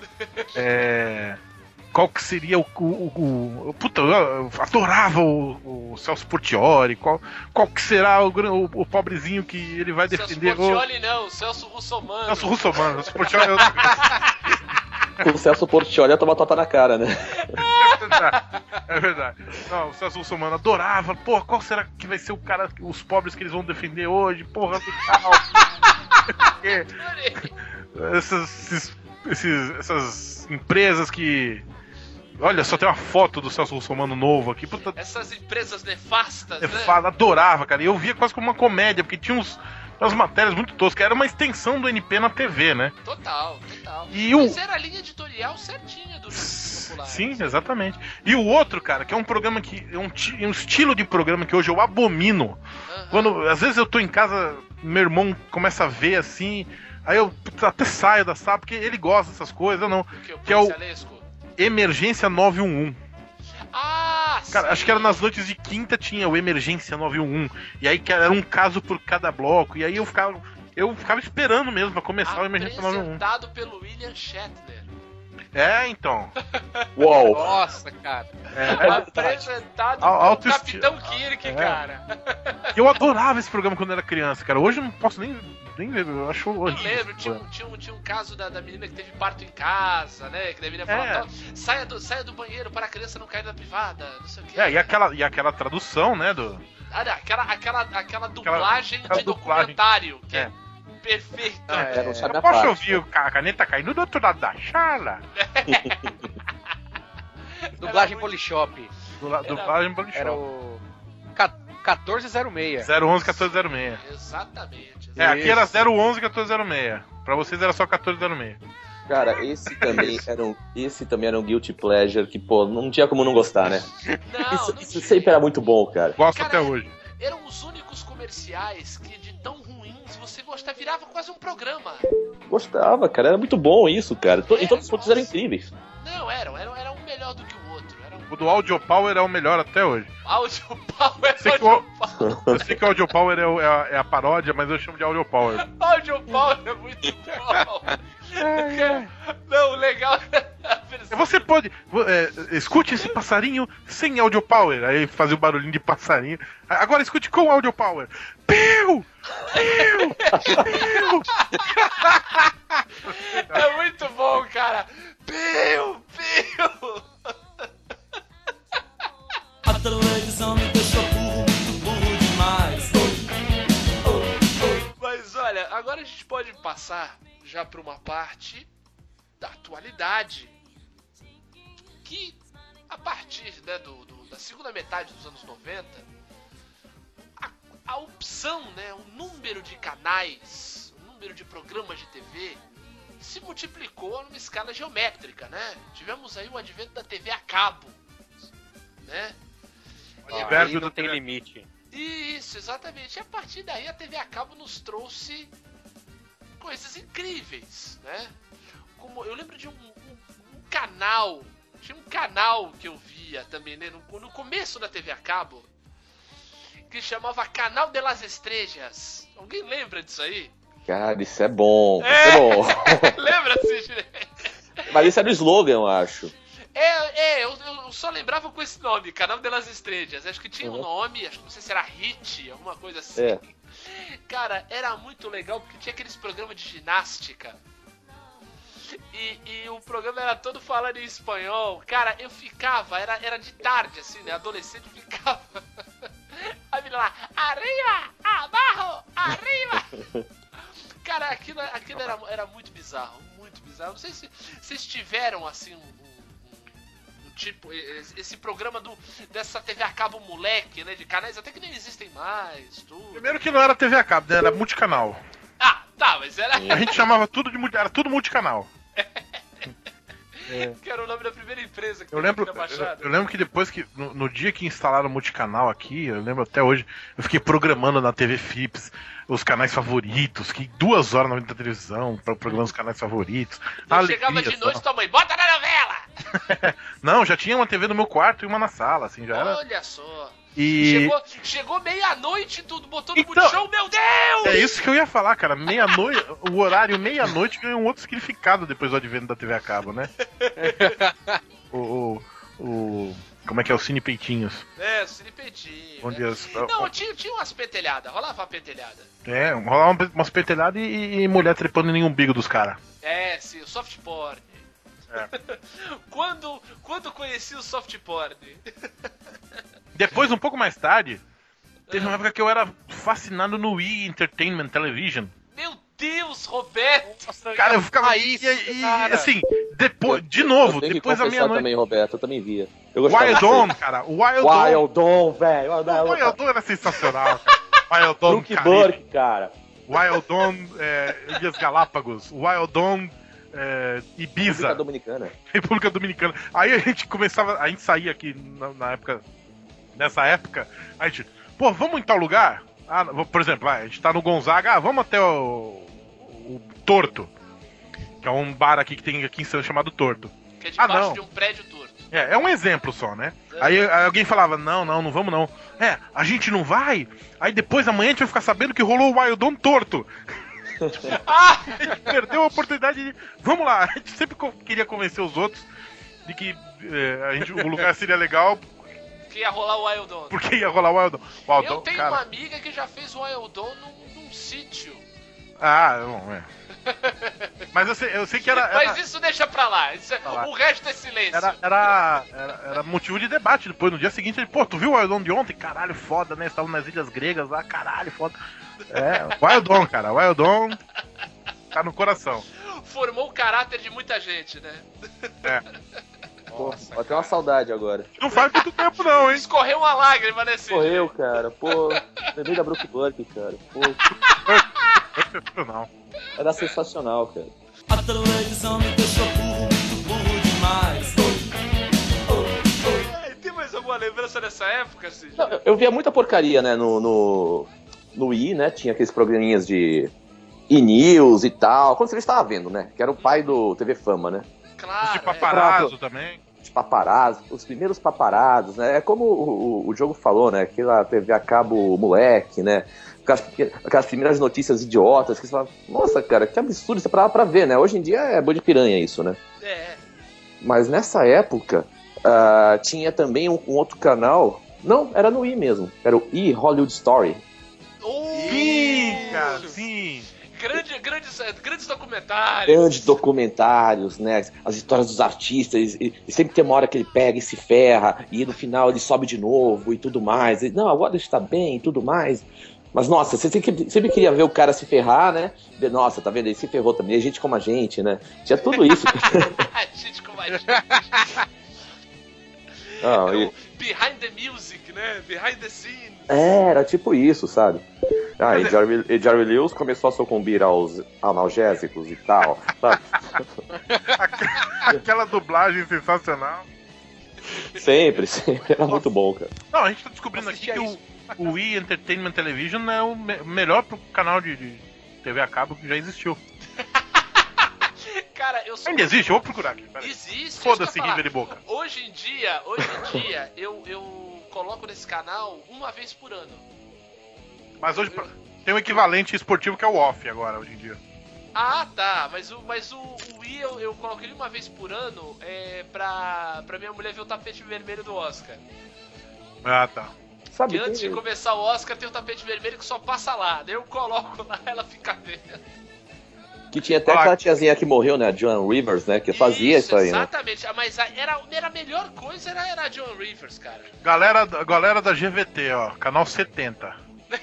É, qual que seria o. o, o, o puta, eu, eu adorava o, o Celso Portiolli. Qual, qual que será o, gran- o, o pobrezinho que ele vai
Celso
defender?
Portiolli não, Celso Russomano.
Celso Russomano. Celso Portiolli é outra coisa.
O Celso Portiolli ia tomar tapa na cara, né?
É verdade. É verdade. Não, o Celso Russomano adorava. Porra, qual será que vai ser o cara, os pobres que eles vão defender hoje? Porra, legal. Porque essas, esses- esses- essas empresas que. Olha, só tem uma foto do Celso Russomano novo aqui. Puta,
Essas empresas nefastas,
eu
né?
falo, adorava, cara. E eu via quase como uma comédia, porque tinha uns, umas matérias muito toscas. Era uma extensão do N P na T V, né?
Total, total.
E o-
Mas era a linha editorial certinha do Livros Populares.
Sim, exatamente. E o outro, cara, que é um programa que. É um, ti- um estilo de programa que hoje eu abomino.
Aham.
Quando, às vezes eu tô em casa, meu irmão começa a ver assim, aí eu putz, até saio da sala, porque ele gosta dessas coisas, eu não.
O que, o
que é o-
policialesco?
Emergência nove um um.
Ah,
Cara,
sim.
acho que era nas noites de quinta tinha o Emergência nove um um. E aí que era um caso por cada bloco. E aí eu ficava. Eu ficava esperando mesmo pra começar o Emergência nove um um.
Apresentado pelo William Shatner.
É, então.
Uou!
Nossa, cara.
É,
Apresentado
Al-
pelo
autoesti-
Capitão Kirk,
É.
cara.
eu adorava esse programa quando eu era criança, cara. Hoje eu não posso nem, nem ver, eu acho
Eu
horrível.
lembro,
esse
tinha um,
programa.
tinha, um, tinha um caso da, da menina que teve parto em casa, né? Que da menina falava,
É.
"Tó, saia, do, saia do banheiro para a criança não cair na privada, não sei o quê.
É, e aquela, e aquela tradução, né, do...
Ah, não, aquela, aquela, aquela dublagem
aquela
de
dublagem.
documentário, que é,
É.
perfeita.
É, não sabe
Eu
a
posso
parte.
ouvir o ca- a caneta caindo do outro lado da sala?
Dublagem
muito-
Polishop.
Do la-
Era-
dublagem Body
Era
Shop.
o. ca- quatorze zero seis.
zero onze quatorze zero seis.
Exatamente.
É, aqui era
Isso.
zero onze quatorze zero seis. Pra vocês era só quatorze zero seis.
Cara, esse também era um, esse também era um guilty pleasure que, pô, não tinha como não gostar, né?
Não,
Isso,
não
isso
tinha.
sempre era muito bom, cara.
Gosto
Cara,
até hoje.
Eram os únicos comerciais que de tão ruins você gostava, virava quase um programa.
Gostava, cara. Era muito bom isso, cara. To-
É,
e todos os pontos eram
nossa.
incríveis.
Não, eram, eram, era um melhor do que o outro. Era um
O do Audio Power é o melhor até hoje.
Audio Power,
Sei que
Audio
o-
Power.
Eu sei que o Audio Power é, o- é a, é a paródia, mas eu chamo de Audio Power.
Audio Power é muito bom. Não, o legal é a versão.
Você pode. é, escute esse passarinho sem Audio Power. Aí fazia o barulhinho de passarinho. Agora escute com Audio Power. Piu! Piu! Piu!
É muito bom, cara. Piu, piu.
A televisão me deixou burro, muito burro demais.
Mas olha, agora a gente pode passar já para uma parte da atualidade. Que a partir, né, do, do- da segunda metade dos anos noventa, a, a opção, né, o número de canais, o número de programas de T V se multiplicou numa escala geométrica, né? Tivemos aí o advento da T V a cabo, né?
O
Aí
advérbio
não
do
tem
tre-
limite.
Isso, exatamente. E a partir daí a T V a cabo nos trouxe coisas incríveis, né? Como eu lembro de um, um- um canal, tinha um canal que eu via também, né? No, no começo da T V a cabo, que chamava Canal de las Estrellas. Alguém lembra disso aí?
Cara, isso é bom. Isso
É.
é bom.
Lembra, Sidney?
Mas esse era o slogan, eu acho.
É, é, eu, eu só lembrava com esse nome, Canal de las Estrellas. Acho que tinha um
Uhum.
nome, acho que não sei se era Hit, alguma coisa assim.
É.
Cara, era muito legal porque tinha aqueles programas de ginástica. E, e o programa era todo falando em espanhol. Cara, eu ficava, era, era de tarde, assim, né? Adolescente ficava. A menina lá, arriba, abaixo, arriba. Cara, aquilo, aquilo era, era muito bizarro, muito bizarro. Não sei se vocês tiveram, assim, um, um- um tipo, esse, esse programa do, dessa T V a cabo moleque, né? De canais até que nem existem mais, tudo.
Primeiro que não era T V a cabo, né? Era multicanal.
Ah, tá, mas era...
A gente chamava tudo de multi- era tudo multicanal.
que era o nome da primeira empresa que
Eu
teve
lembro,
aqui na Baixada.
eu, eu lembro que depois que, no, no dia que instalaram o multicanal aqui, eu lembro até hoje, eu fiquei programando na T V Philips os canais favoritos, que duas horas na frente da televisão, para programar os canais favoritos.
Eu
Alegria,
chegava de
só.
noite, tua mãe, bota na novela!
Não, já tinha uma T V no meu quarto e uma na sala, assim, já era.
Olha só.
E
Chegou, chegou meia-noite e tudo, botou no
Então,
Multishow, meu Deus!
é isso que eu ia falar, cara. Meia-noite, o horário meia-noite ganhou um outro significado depois do advento da T V a cabo, né? o, o, o- como é que é? O Cine Peitinhos.
É, Cine Peitinho.
Onde
né?
as,
Não, tinha, tinha umas pentelhadas, rolava uma pentelhada.
é, rolava umas pentelhadas e, e mulher trepando em umbigo dos caras.
É, sim, o soft porn.
É.
quando, quando conheci o soft porn?
Depois, um pouco mais tarde, teve uma época que eu era fascinado no Wii Entertainment Television.
Meu Deus, Roberto!
Cara, eu ficava
Raiz,
e, e,
cara.
assim, depois, de novo,
Eu tenho
depois
que
da
confessar
meia-noite.
também, Roberto, eu também via. Eu gostava
Wild
de-
On, cara, Wild On.
Wild On, velho.
O Wild On era sensacional, cara. Wild On,
Luke
Caribe.
Burke, cara.
Wild On, é, Ilhas Galápagos. Wild On, é, Ibiza.
República Dominicana.
República Dominicana. Aí a gente começava, a gente saía aqui na, na época, nessa época, a gente, pô, vamos em tal lugar? Ah, por exemplo, vai, a gente tá no Gonzaga, ah, vamos até o, o Torto, que é um bar aqui que tem aqui em Santos chamado Torto.
Que é
Ah,
debaixo
não.
de um prédio torto.
É, é um exemplo só, né? Aí, aí alguém falava, não, não, não vamos não. É, a gente não vai, aí depois amanhã a gente vai ficar sabendo que rolou o Wild On Torto.
Ah!
A gente perdeu a oportunidade de. Vamos lá, a gente sempre co- queria convencer os outros de que é, a gente, o lugar seria legal
Que ia rolar o Wild On.
porque ia rolar o Wild On. Wild
Eu
On,
tenho
cara.
uma amiga que já fez o Wild On num, num sítio.
Ah, não, é. Mas eu sei, eu sei que era. era...
Mas isso deixa pra lá. Isso é-
Pra lá.
O resto é silêncio.
Era, era, era, era motivo de debate depois. No dia seguinte, ele, pô, tu viu o Wild On de ontem? Caralho, foda, né? Estavam nas ilhas gregas lá, caralho, foda. É, Wild On, cara, Wild On tá no coração.
Formou o caráter de muita gente, né?
É.
Pô, até uma saudade agora.
Não faz muito tempo, não, hein?
Escorreu uma lágrima nesse.
Correu, cara. Pô, lembrei da Brooke Burke, cara. Pô,
Não.
era sensacional, cara.
A televisão me deixou burro, muito burro demais.
É, tem mais alguma lembrança dessa época, Cid?
Não, eu- eu via muita porcaria, né, no, no, no Wii, né, tinha aqueles programinhas de e-news e tal, quando você estava vendo, né, que era o pai do T V Fama, né.
Claro,
de paparazzo é. também.
De paparazzo, os primeiros paparazzos, né, é como o, o, o jogo falou, né, aquela T V a cabo moleque, né, aquelas, aquelas primeiras notícias idiotas, que você fala, nossa, cara, que absurdo, você parava pra ver, né, hoje em dia é boi de piranha isso, né.
É.
Mas nessa época, uh, tinha também um, um outro canal, não, era no Wii mesmo, era o E! Hollywood Story.
Oh,
sim, cara, sim.
Grande, grandes, grandes documentários.
Grandes documentários, né? As histórias dos artistas. E, e sempre tem uma hora que ele pega e se ferra. E no final ele sobe de novo e tudo mais. E, não, agora está bem e tudo mais. Mas, nossa, você sempre, sempre queria ver o cara se ferrar, né? De, nossa, tá vendo? Ele se ferrou também. É gente como a gente, né? Tinha tudo isso.
Gente como a gente.
Não,
e...
e...
Behind the music, né? Behind the scenes.
É, era tipo isso, sabe? Ah, e Jerry, e Jerry Lewis começou a sucumbir aos analgésicos e tal, sabe?
Aquela dublagem sensacional.
Sempre, sempre. Era muito bom, cara.
Não, a gente tá descobrindo aqui que o, o Wii Entertainment Television é o me- melhor pro canal de, de T V a cabo que já existiu.
Cara, eu sou...
Ainda existe? Eu vou procurar aqui. Peraí.
Existe.
Foda-se, River e Boca.
Hoje em dia, hoje em dia, eu, eu coloco nesse canal uma vez por ano.
Mas hoje eu... tem um equivalente esportivo que é o off agora, hoje em dia.
Ah, tá. Mas o, mas o, o Wii eu, eu coloco ele uma vez por ano é, pra, pra minha mulher ver o tapete vermelho do Oscar.
Ah, tá.
Sabe
que antes
que...
de começar o Oscar tem o tapete vermelho que só passa lá. Daí eu coloco lá, ela fica vendo.
Que tinha até aquela tiazinha que morreu, né? A Joan Rivers, né? Que fazia isso, isso aí,
exatamente. Né? Mas era, era a melhor coisa, era, era a Joan Rivers, cara.
Galera, galera da G V T, ó. Canal setenta.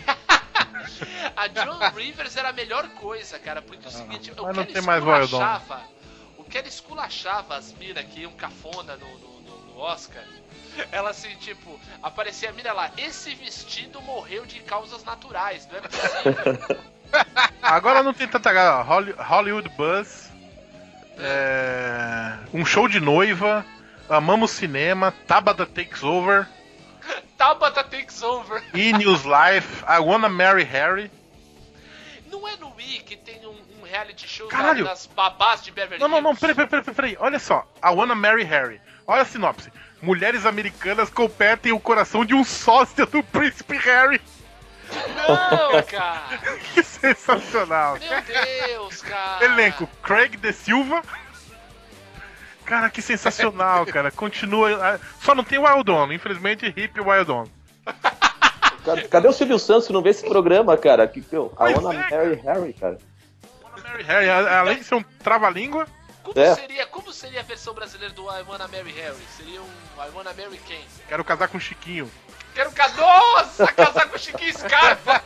A Joan Rivers era a melhor coisa, cara. Porque o seguinte,
não,
o
não
que
tem
ela
mais
esculachava... O que ela esculachava as minas que iam cafona no, no, no, no Oscar... Ela assim, tipo, aparecia a mina lá, esse vestido morreu de causas naturais, não é possível.
Agora não tem tanta galera. Hollywood Buzz, é... um show de noiva, Amamos Cinema, Tabata Takes Over,
Tabata Takes Over,
E! News Life, I Wanna Marry Harry.
Não é no Wii que tem um, um reality show
Caralho.
das babás de Beverly
Não,
Hills?
não, não, peraí, peraí, peraí, peraí, olha só, I Wanna Marry Harry. Olha a sinopse. Mulheres americanas competem o coração de um sócio do príncipe Harry.
Não, cara!
Que sensacional!
Meu Deus, cara!
Elenco: Craig De Silva. Cara, que sensacional, cara. Continua. Só não tem o Wild On, infelizmente, hip Wild On.
Cadê, cadê o Silvio Santos que não vê esse programa, cara? Que, meu, I Wanna
é,
Marry Harry, cara.
I Wanna Marry Harry, além de ser um trava-língua.
Como,
é.
seria, como seria a versão brasileira do I Wanna Marry Harry? Seria um I Wanna Marry quem?
Quero casar com o Chiquinho.
Quero casar. Nossa, casar com o Chiquinho Scarpa!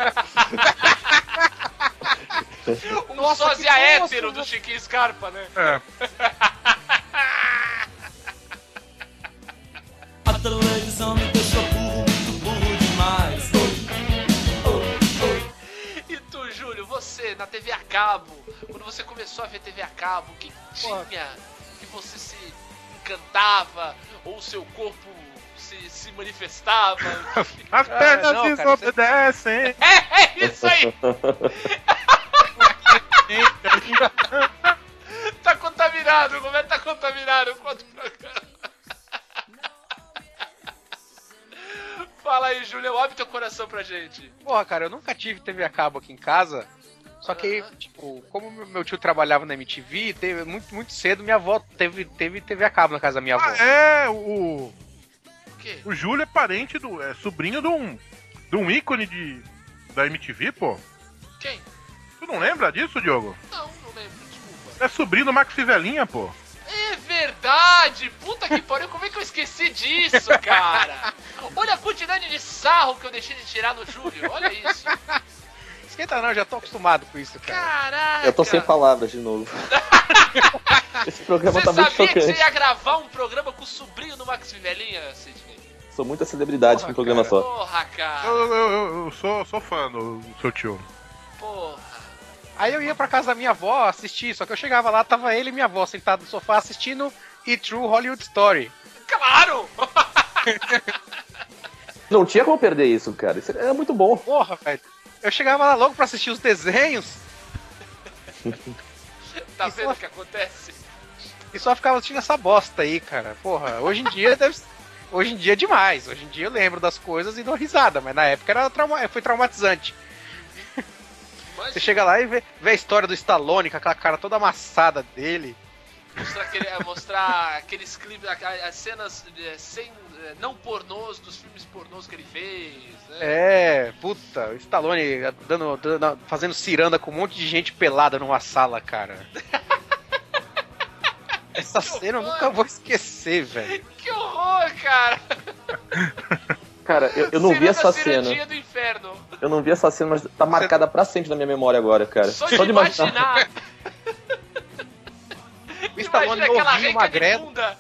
Um
Nossa,
sósia
que
hétero
gosto,
do Chiquinho Scarpa, né?
É.
A televisão me deixou burro, muito burro demais.
E tu, Júlio, você na T V a cabo, quando você começou a ver T V a cabo, o que tinha que você se encantava ou o seu corpo se, se manifestava?
As pernas
Ah, não, cara,
desobedecem.
É, é isso aí! Tá contaminado, como é que tá contaminado? Conta pra cá. Fala aí, Júlio, abre teu coração pra gente.
Porra, cara, eu nunca tive T V a cabo aqui em casa. Só que,
Uhum.
tipo, como meu tio trabalhava na M T V, teve, muito, muito cedo minha avó teve, teve T V a cabo na casa da minha avó.
Ah, é, o.
O quê?
O Júlio é parente do. É sobrinho de um. De um ícone de. Da M T V, pô.
Quem?
Tu não lembra disso, Diogo?
Não, não lembro, desculpa.
É sobrinho do Max Fivelinha, pô.
É verdade! Puta que pariu, como é que eu esqueci disso, cara? Olha a quantidade de sarro que eu deixei de tirar no Júlio, olha isso.
Esquenta não, já tô acostumado com isso, cara.
Caraca!
Eu tô sem palavras de novo. Esse programa
Você
tá muito
sabia que
chocante.
você ia gravar um programa com o sobrinho do Max Fivelinha, Sidney?
Sou muita celebridade
Porra,
no programa
cara.
só.
Porra, cara!
Eu, eu, eu, eu sou, sou fã do, do seu tio.
Porra!
Aí eu ia pra casa da minha avó assistir, só que eu chegava lá, tava ele e minha avó sentados no sofá assistindo E! True Hollywood Story.
Claro!
Não tinha como perder isso, cara. Isso é muito bom.
Porra, velho. eu chegava lá logo pra assistir os desenhos.
Tá
E
vendo
só-
o que acontece?
E só ficava assistindo essa bosta aí, cara. Porra, hoje em dia deve hoje em dia é demais. Hoje em dia eu lembro das coisas e dou risada, mas na época era trauma... foi traumatizante.
Mas
Você chega lá e vê, vê a história do Stallone com aquela cara toda amassada dele.
mostrar, aquele, é, mostrar aqueles clipes, a- as cenas é, sem, é, não pornôs dos filmes pornôs que ele fez, né?
É, puta, o Stallone dando, dando- fazendo ciranda com um monte de gente pelada numa sala, cara. Essa
Que
cena eu
horror.
nunca vou esquecer, velho.
Que horror, cara!
Cara, eu, eu não vi
Ciranda,
essa cena.
cirandinha do inferno.
Eu não vi essa cena, mas tá marcada pra sempre na minha memória agora, cara.
Só de imaginar.
O Stallone
Imagina aquela
novinho,
renca
magrelo,
de bunda.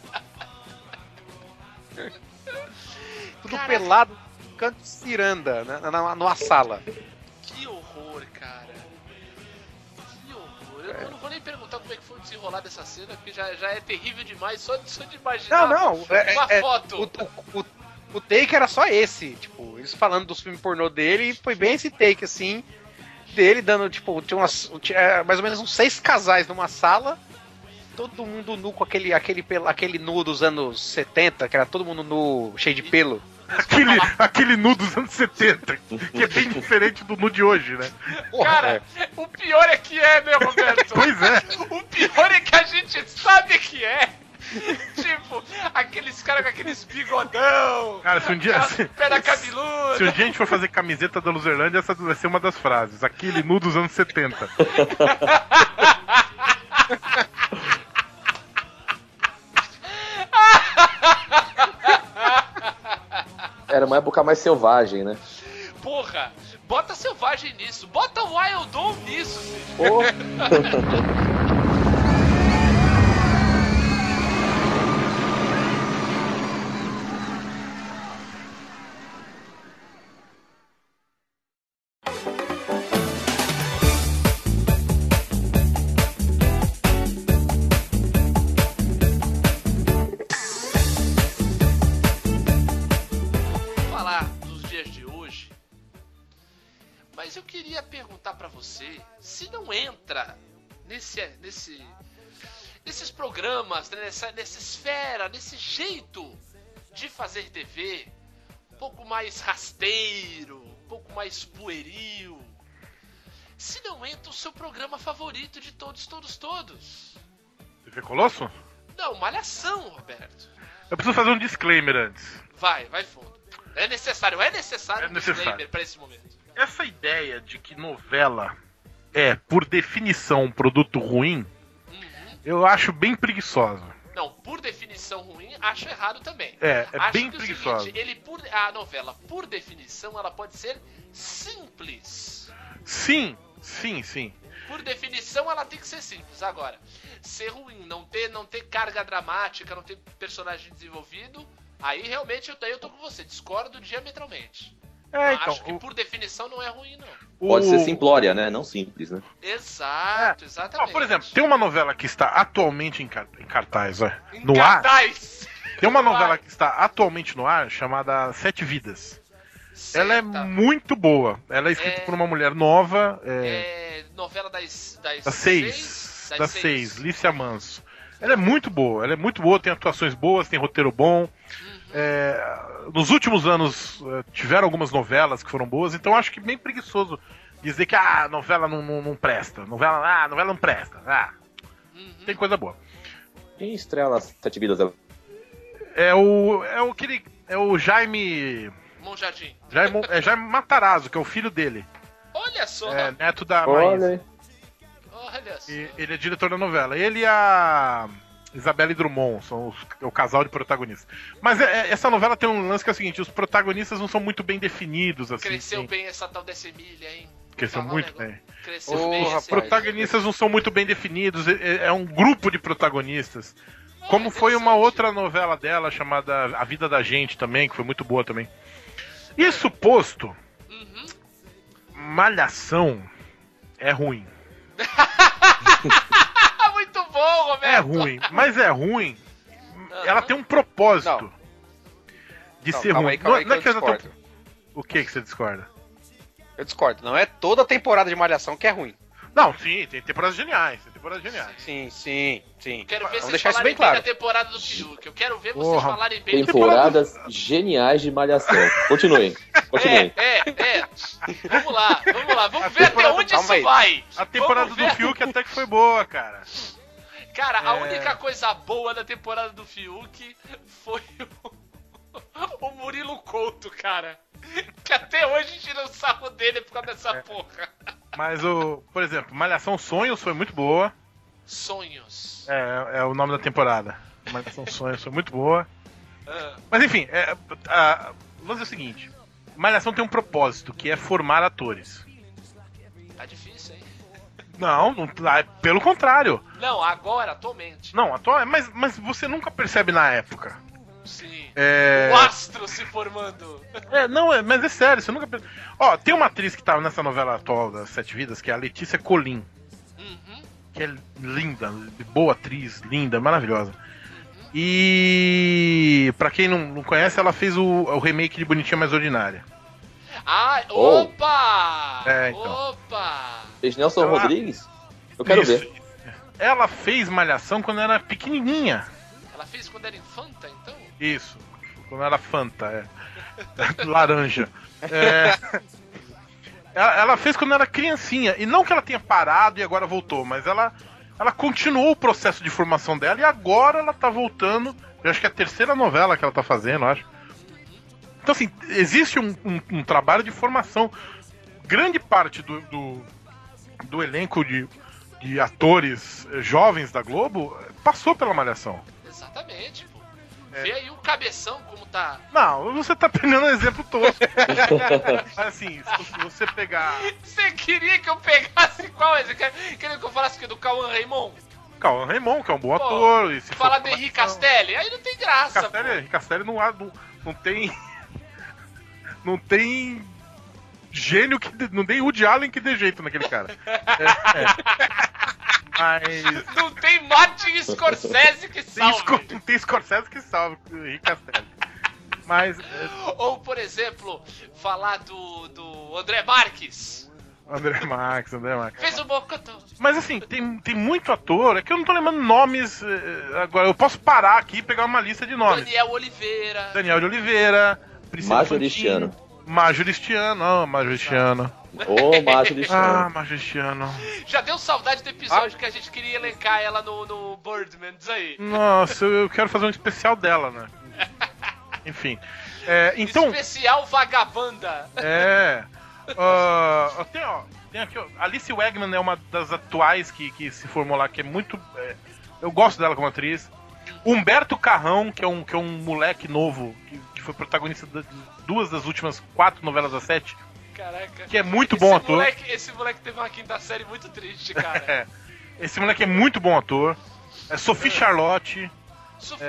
tudo
Caraca.
pelado, canto de ciranda, né, na, na- numa sala.
Que horror, cara. Que horror. Eu, eu não vou nem perguntar como é que foi o desenrolar dessa cena, porque já, já é terrível demais só de, só de imaginar
Não, não, é,
uma
é-
foto.
O, o, o, o take era só esse, tipo, eles falando dos filmes pornô dele, e foi bem esse take, assim, dele dando, tipo, tinha umas, tinha mais ou menos uns seis casais numa sala, todo mundo nu com aquele, aquele, pelo- aquele nu dos anos setenta, que era todo mundo nu, cheio de pelo.
Aquele, aquele nu dos anos setenta, que é bem diferente do nu de hoje, né?
Porra,
Cara, o pior é que é, né, Roberto?
Pois é.
O pior é que a gente sabe que é. Tipo, aqueles caras com aqueles bigodão.
Cara, se um dia-
aquelas
se-
perna cabeluda.
Se um dia a gente for fazer camiseta da Luzerlândia, essa vai ser uma das frases. Aquele nu dos anos setenta.
Era uma época mais selvagem, né?
Porra, bota selvagem nisso. Bota o Wild On nisso, filho.
Pô.
Vamos falar dos dias de hoje. Mas eu queria perguntar pra você se não entra nesse, nesse, nesses programas, né, nessa, nessa esfera, nesse jeito de fazer T V um pouco mais rasteiro, um pouco mais pueril. Se não entra o seu programa favorito de todos, todos, todos.
T V Colosso?
Não, Malhação, Roberto.
Eu preciso fazer um disclaimer antes.
Vai, vai fundo. É necessário, é necessário
É
um
necessário.
disclaimer pra esse momento.
Essa ideia de que novela é, por definição, um produto ruim,
Uhum.
eu acho bem preguiçosa.
Não, por definição ruim, acho errado também.
É, é
acho
bem
que
preguiçosa.
o seguinte, ele por, a novela, por definição, ela pode ser simples.
Sim, sim, sim.
Por definição, ela tem que ser simples. Agora, ser ruim, não ter, não ter carga dramática, não ter personagem desenvolvido, aí realmente eu, eu tô com você, discordo diametralmente.
É,
Eu
então,
acho que
o-
por definição não é ruim, não.
Pode
o-
ser simplória, né? Não simples, né?
Exato,
Ó,
exatamente.
por exemplo, tem uma novela que está atualmente em, car- em cartaz, ó,
Em
no ar.
cartaz.
Tem uma
No
novela
ar.
que está atualmente no ar chamada Sete Vidas. Ela é
Certa.
muito boa. Ela é escrita
É-
por uma mulher nova. É,
É novela das, das,
das seis.
das
Das
seis.
seis, Lícia Manso. Ela é muito boa. Ela é muito boa, tem atuações boas, tem roteiro bom.
Uhum.
É, nos últimos anos eh, tiveram algumas novelas que foram boas, então acho que bem preguiçoso dizer que ah, a novela não, não, não presta. Novela, ah, a novela não presta. Ah,
Uhum.
tem coisa boa.
Quem estrela nas Sete Vidas?
É o. É o que ele. É o Jaime.
Monjardim.
Jaime, é Jaime Matarazzo, que é o filho dele.
Olha só.
É neto da
Olha
Maísa.
aí.
Olha só.
E ele é diretor da novela. Ele e a Isabelle Drummond são os- o casal de protagonistas. Mas é- é- essa novela tem um lance que é o seguinte: os protagonistas não são muito bem definidos. Assim,
Cresceu
tem-
bem essa tal dessa Emília, hein?
Cresceu
Falar um
muito
negócio.
bem.
Cresceu
Ô,
bem
rapaz.
essa
Os protagonistas não são muito bem definidos. É, é um grupo de protagonistas. Como foi uma
interessante.
outra novela dela chamada A Vida da Gente também, que foi muito boa também. Isso posto,
Uhum.
Malhação é ruim.
Muito bom, Roberto.
É ruim, mas é ruim. Ela tem um propósito
Não.
de
Não,
ser
calma
ruim.
aí, calma
Não-
aí que
não é
eu
que ela tem-
discordo.
O que que você discorda?
Eu discordo. Não é toda a temporada de Malhação que é ruim.
Não, sim, tem temporadas geniais, tem temporadas geniais.
Sim, sim, sim.
Quero ver
Vamos
vocês
deixar isso
falarem
bem claro.
da temporada do Fiuk. Eu quero ver vocês
Porra.
falarem bem
Temporadas geniais de Malhação. Continuem. Continuem.
É, é, é. Vamos lá, vamos lá. Vamos ver até
temporada-
onde
calma
isso
aí.
vai.
A temporada
Vamos
do
ver.
Fiuk até que foi boa, cara.
Cara, a
É.
única coisa boa da temporada do Fiuk foi o, o Murilo Couto, cara. Que até hoje tira o sarro dele por causa dessa porra.
Mas o, por exemplo, Malhação Sonhos foi muito boa.
Sonhos.
É, é o nome da temporada. Malhação Sonhos foi muito boa.
Ah,
Mas enfim, é, a, vamos dizer o seguinte: Malhação tem um propósito, que é formar atores.
tá difícil, hein?
Não, não ah, pelo contrário.
Não, agora, atualmente.
Não, atual, mas, mas você nunca percebe na época.
Sim.
É,
O astro se formando.
é não, é, mas é sério, você nunca percebe. Ó, tem uma atriz que tá nessa novela atual das Sete Vidas, que é a Letícia Colin.
Uhum.
Que é linda, boa atriz, linda, maravilhosa. E pra quem não, não conhece, ela fez o, o remake de Bonitinha Mais Ordinária.
Ah,
Oh.
opa!
É, então.
Opa!
Fez Nelson
Ela-
Rodrigues? Eu quero
Isso.
ver.
Ela fez Malhação quando era pequenininha.
Ela fez quando era infanta, então?
Isso, quando era Fanta, é. Laranja. É. Ela, ela fez quando era criancinha. E não que ela tenha parado e agora voltou, mas ela, ela continuou o processo de formação dela e agora ela tá voltando. Eu acho que é a terceira novela que ela tá fazendo, eu acho. Então, assim, existe um, um- um trabalho de formação. Grande parte do, do, do elenco de, de atores eh, jovens da Globo eh, passou pela Malhação.
Exatamente, pô.
É.
Vê aí o cabeção como tá.
Não, você tá pegando um exemplo tosco. Mas assim, se você pegar
Você queria que eu pegasse qual? Você quer- queria que eu falasse o quê? Do Cauã Raymond?
Cauã Raymond, que é um bom
Pô,
ator. E se for
Falar do
falar-
Henrique Castelli? Aí não tem graça,
Castelli,
pô.
Henrique Castelli não, há- não, não tem. Não tem gênio que. dê- Não tem Woody Allen que dê jeito naquele cara. É, é. Mas.
Não tem Martin Scorsese que
Tem,
salve.
Scor- não tem Scorsese que salve o Henrique Castelli. Mas. é,
Ou, por exemplo, falar do, do André Marques.
André Marques, André Marques.
Fez um bom cantor.
Mas assim, tem, tem muito ator, é que eu não tô lembrando nomes. eh, Agora, eu posso parar aqui e pegar uma lista de nomes.
Daniel Oliveira.
Daniel de Oliveira, Priscila
Majoristiano.
Fantini, Majoristiano, ó, Majoristiano.
Ô, Márcio de
Ah,
Chão.
Majoristiano.
Já deu saudade do episódio que a gente queria elencar ela no, no Birdman, diz aí.
Nossa, eu eu quero fazer um especial dela, né? Enfim. É, então,
Especial Vagabanda.
é. ah, tem, ó, tem aqui, ó, Alice Wegman é uma das atuais que, que se formou lá, que é muito. é, eu gosto dela como atriz. Humberto Carrão, que é um, que é um moleque novo, que, que foi protagonista de duas das últimas quatro novelas das sete,
Caraca.
que é muito
esse
bom ator.
Moleque, esse moleque teve uma quinta série muito triste, cara.
É, esse moleque é muito bom ator. É Sophie Charlotte,
Sofia.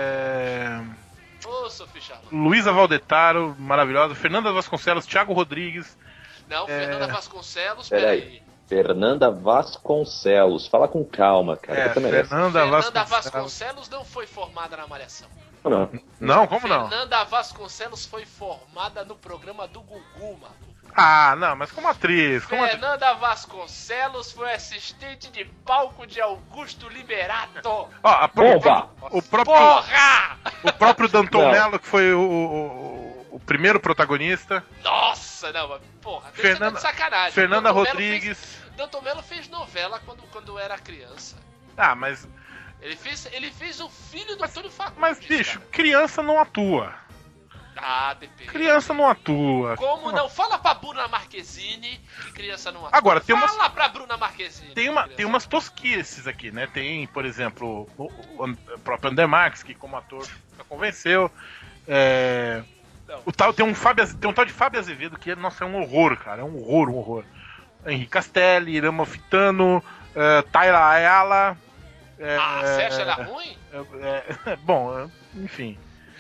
é,
Ô, Sofia Charlotte.
Luísa Valdetaro, maravilhosa. Fernanda Vasconcelos, Thiago Rodrigues.
Não,
É.
Fernanda Vasconcelos,
Peraí.
peraí.
Fernanda Vasconcelos. Fala com calma, cara.
É,
Você merece.
Fernanda,
Fernanda
Vasconcelos.
Vasconcelos não foi formada na Malhação.
Não.
Não, como não?
Fernanda Vasconcelos foi formada no programa do Gugu, mano.
Ah, não, mas como atriz, como atriz.
Fernanda Vasconcelos foi assistente de palco de Augusto Liberato.
Ó, a pró-
Bomba!
o próprio,
Porra!
o próprio Danton
Não.
Mello, que foi o, o, o primeiro protagonista.
Nossa, não, mas, porra, você
Fernanda-
tá de sacanagem.
Fernanda
Danton Mello
Rodrigues.
Fez, Danton Mello fez novela quando, quando era criança.
Ah, mas,
Ele fez, ele fez o filho do Antônio Fagundes.
mas bicho,
cara.
criança não atua.
Ah, depende.
Criança não atua.
Como não? Fala pra Bruna Marquezine que criança não atua.
Agora, tem umas-
Fala pra Bruna Marquezine.
Tem, uma,
que criança
tem umas tosquices aqui, né? Tem, por exemplo, o, o, o próprio André Marques, que como ator já convenceu. É,
Não.
o tal, tem, um Fábio, tem um tal de Fábio Azevedo que, nossa, é um horror, cara. É um horror, um horror. Henrique Castelli, Irã Malfitano, é, Tayla Ayala. É,
Ah, você acha ela ruim?
é, é, bom, é, enfim.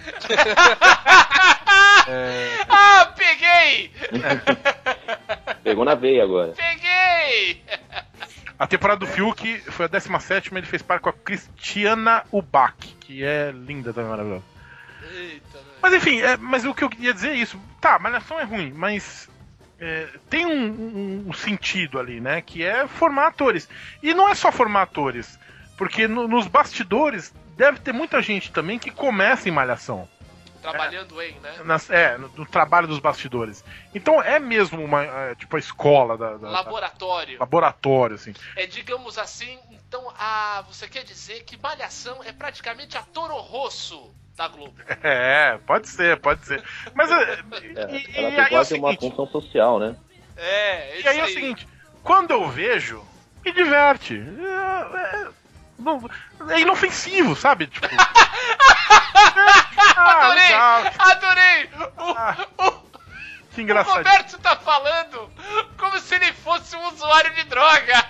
É,
Ah, peguei!
Pegou na veia agora.
Peguei!
a temporada do Fiuk foi a décima sétima, ele fez par com a Cristiana Ubach, que é linda também, maravilhosa.
Eita, né?
Mas enfim, é, mas o que eu queria dizer é isso. Tá, Malhação é ruim, mas é, tem um, um, um sentido ali, né? Que é formar atores. E não é só formar atores, porque no, nos bastidores deve ter muita gente também que começa em Malhação.
Trabalhando é, em, né?
Nas, é, no, no trabalho dos bastidores. Então é mesmo uma, é, tipo, a escola da... da
laboratório.
Da, laboratório, assim.
É, digamos assim, então, a, você quer dizer que Malhação é praticamente a Toro Rosso da Globo.
É, pode ser, pode ser. Mas é,
é,
e,
ela
e
tem
aí
quase
é o
uma
seguinte,
função social, né?
É,
e aí, aí é o seguinte, quando eu vejo, me diverte. É, é, não, é inofensivo, sabe? Tipo... ah,
adorei!
legal.
Adorei! O,
Ah,
o,
que
o
engraçado.
Roberto tá falando como se ele fosse um usuário de droga.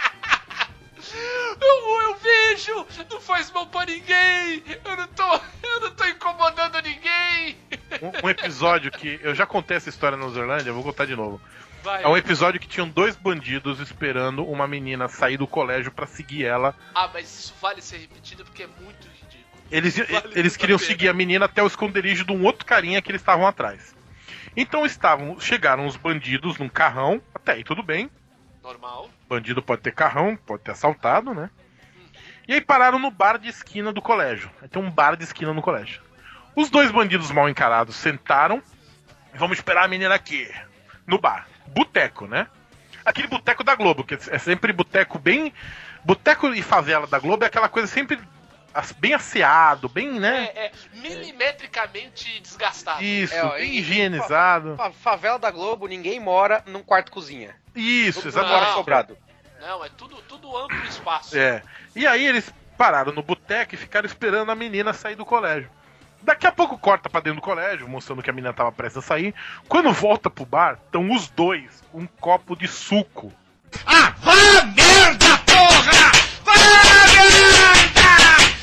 Eu, eu vejo, não faz mal pra ninguém, eu não tô, eu não tô incomodando ninguém.
Um, um episódio que eu já contei essa história na Zerlândia, eu vou contar de novo.
Vai.
É um episódio que tinham dois bandidos esperando uma menina sair do colégio pra seguir ela.
Ah, mas isso vale ser repetido porque é muito ridículo.
Eles,
Vale
eles queriam
a pena.
seguir a menina até o esconderijo de um outro carinha que eles estavam atrás. Então estavam, chegaram os bandidos num carrão, até aí tudo bem.
Normal.
Bandido pode ter carrão, pode ter assaltado, né? E aí pararam no bar de esquina do colégio. Tem um bar de esquina no colégio. Os dois bandidos mal encarados sentaram. Vamos esperar a menina aqui, no bar. Boteco, né? Aquele boteco da Globo, que é sempre boteco bem... Boteco e favela da Globo é aquela coisa sempre bem asseado, bem, né?
É, é milimetricamente desgastado.
Isso,
É, ó,
bem
e-
higienizado.
Fa- Favela da Globo, ninguém mora num quarto cozinha.
Isso,
Todo mundo
exatamente.
mora sobrado.
Não, é tudo, tudo amplo espaço.
É. E aí eles pararam no boteco e ficaram esperando a menina sair do colégio. Daqui a pouco corta pra dentro do colégio, mostrando que a menina tava prestes a sair. Quando volta pro bar, estão os dois com um copo de suco.
Ah, vá merda, porra! Vá merda!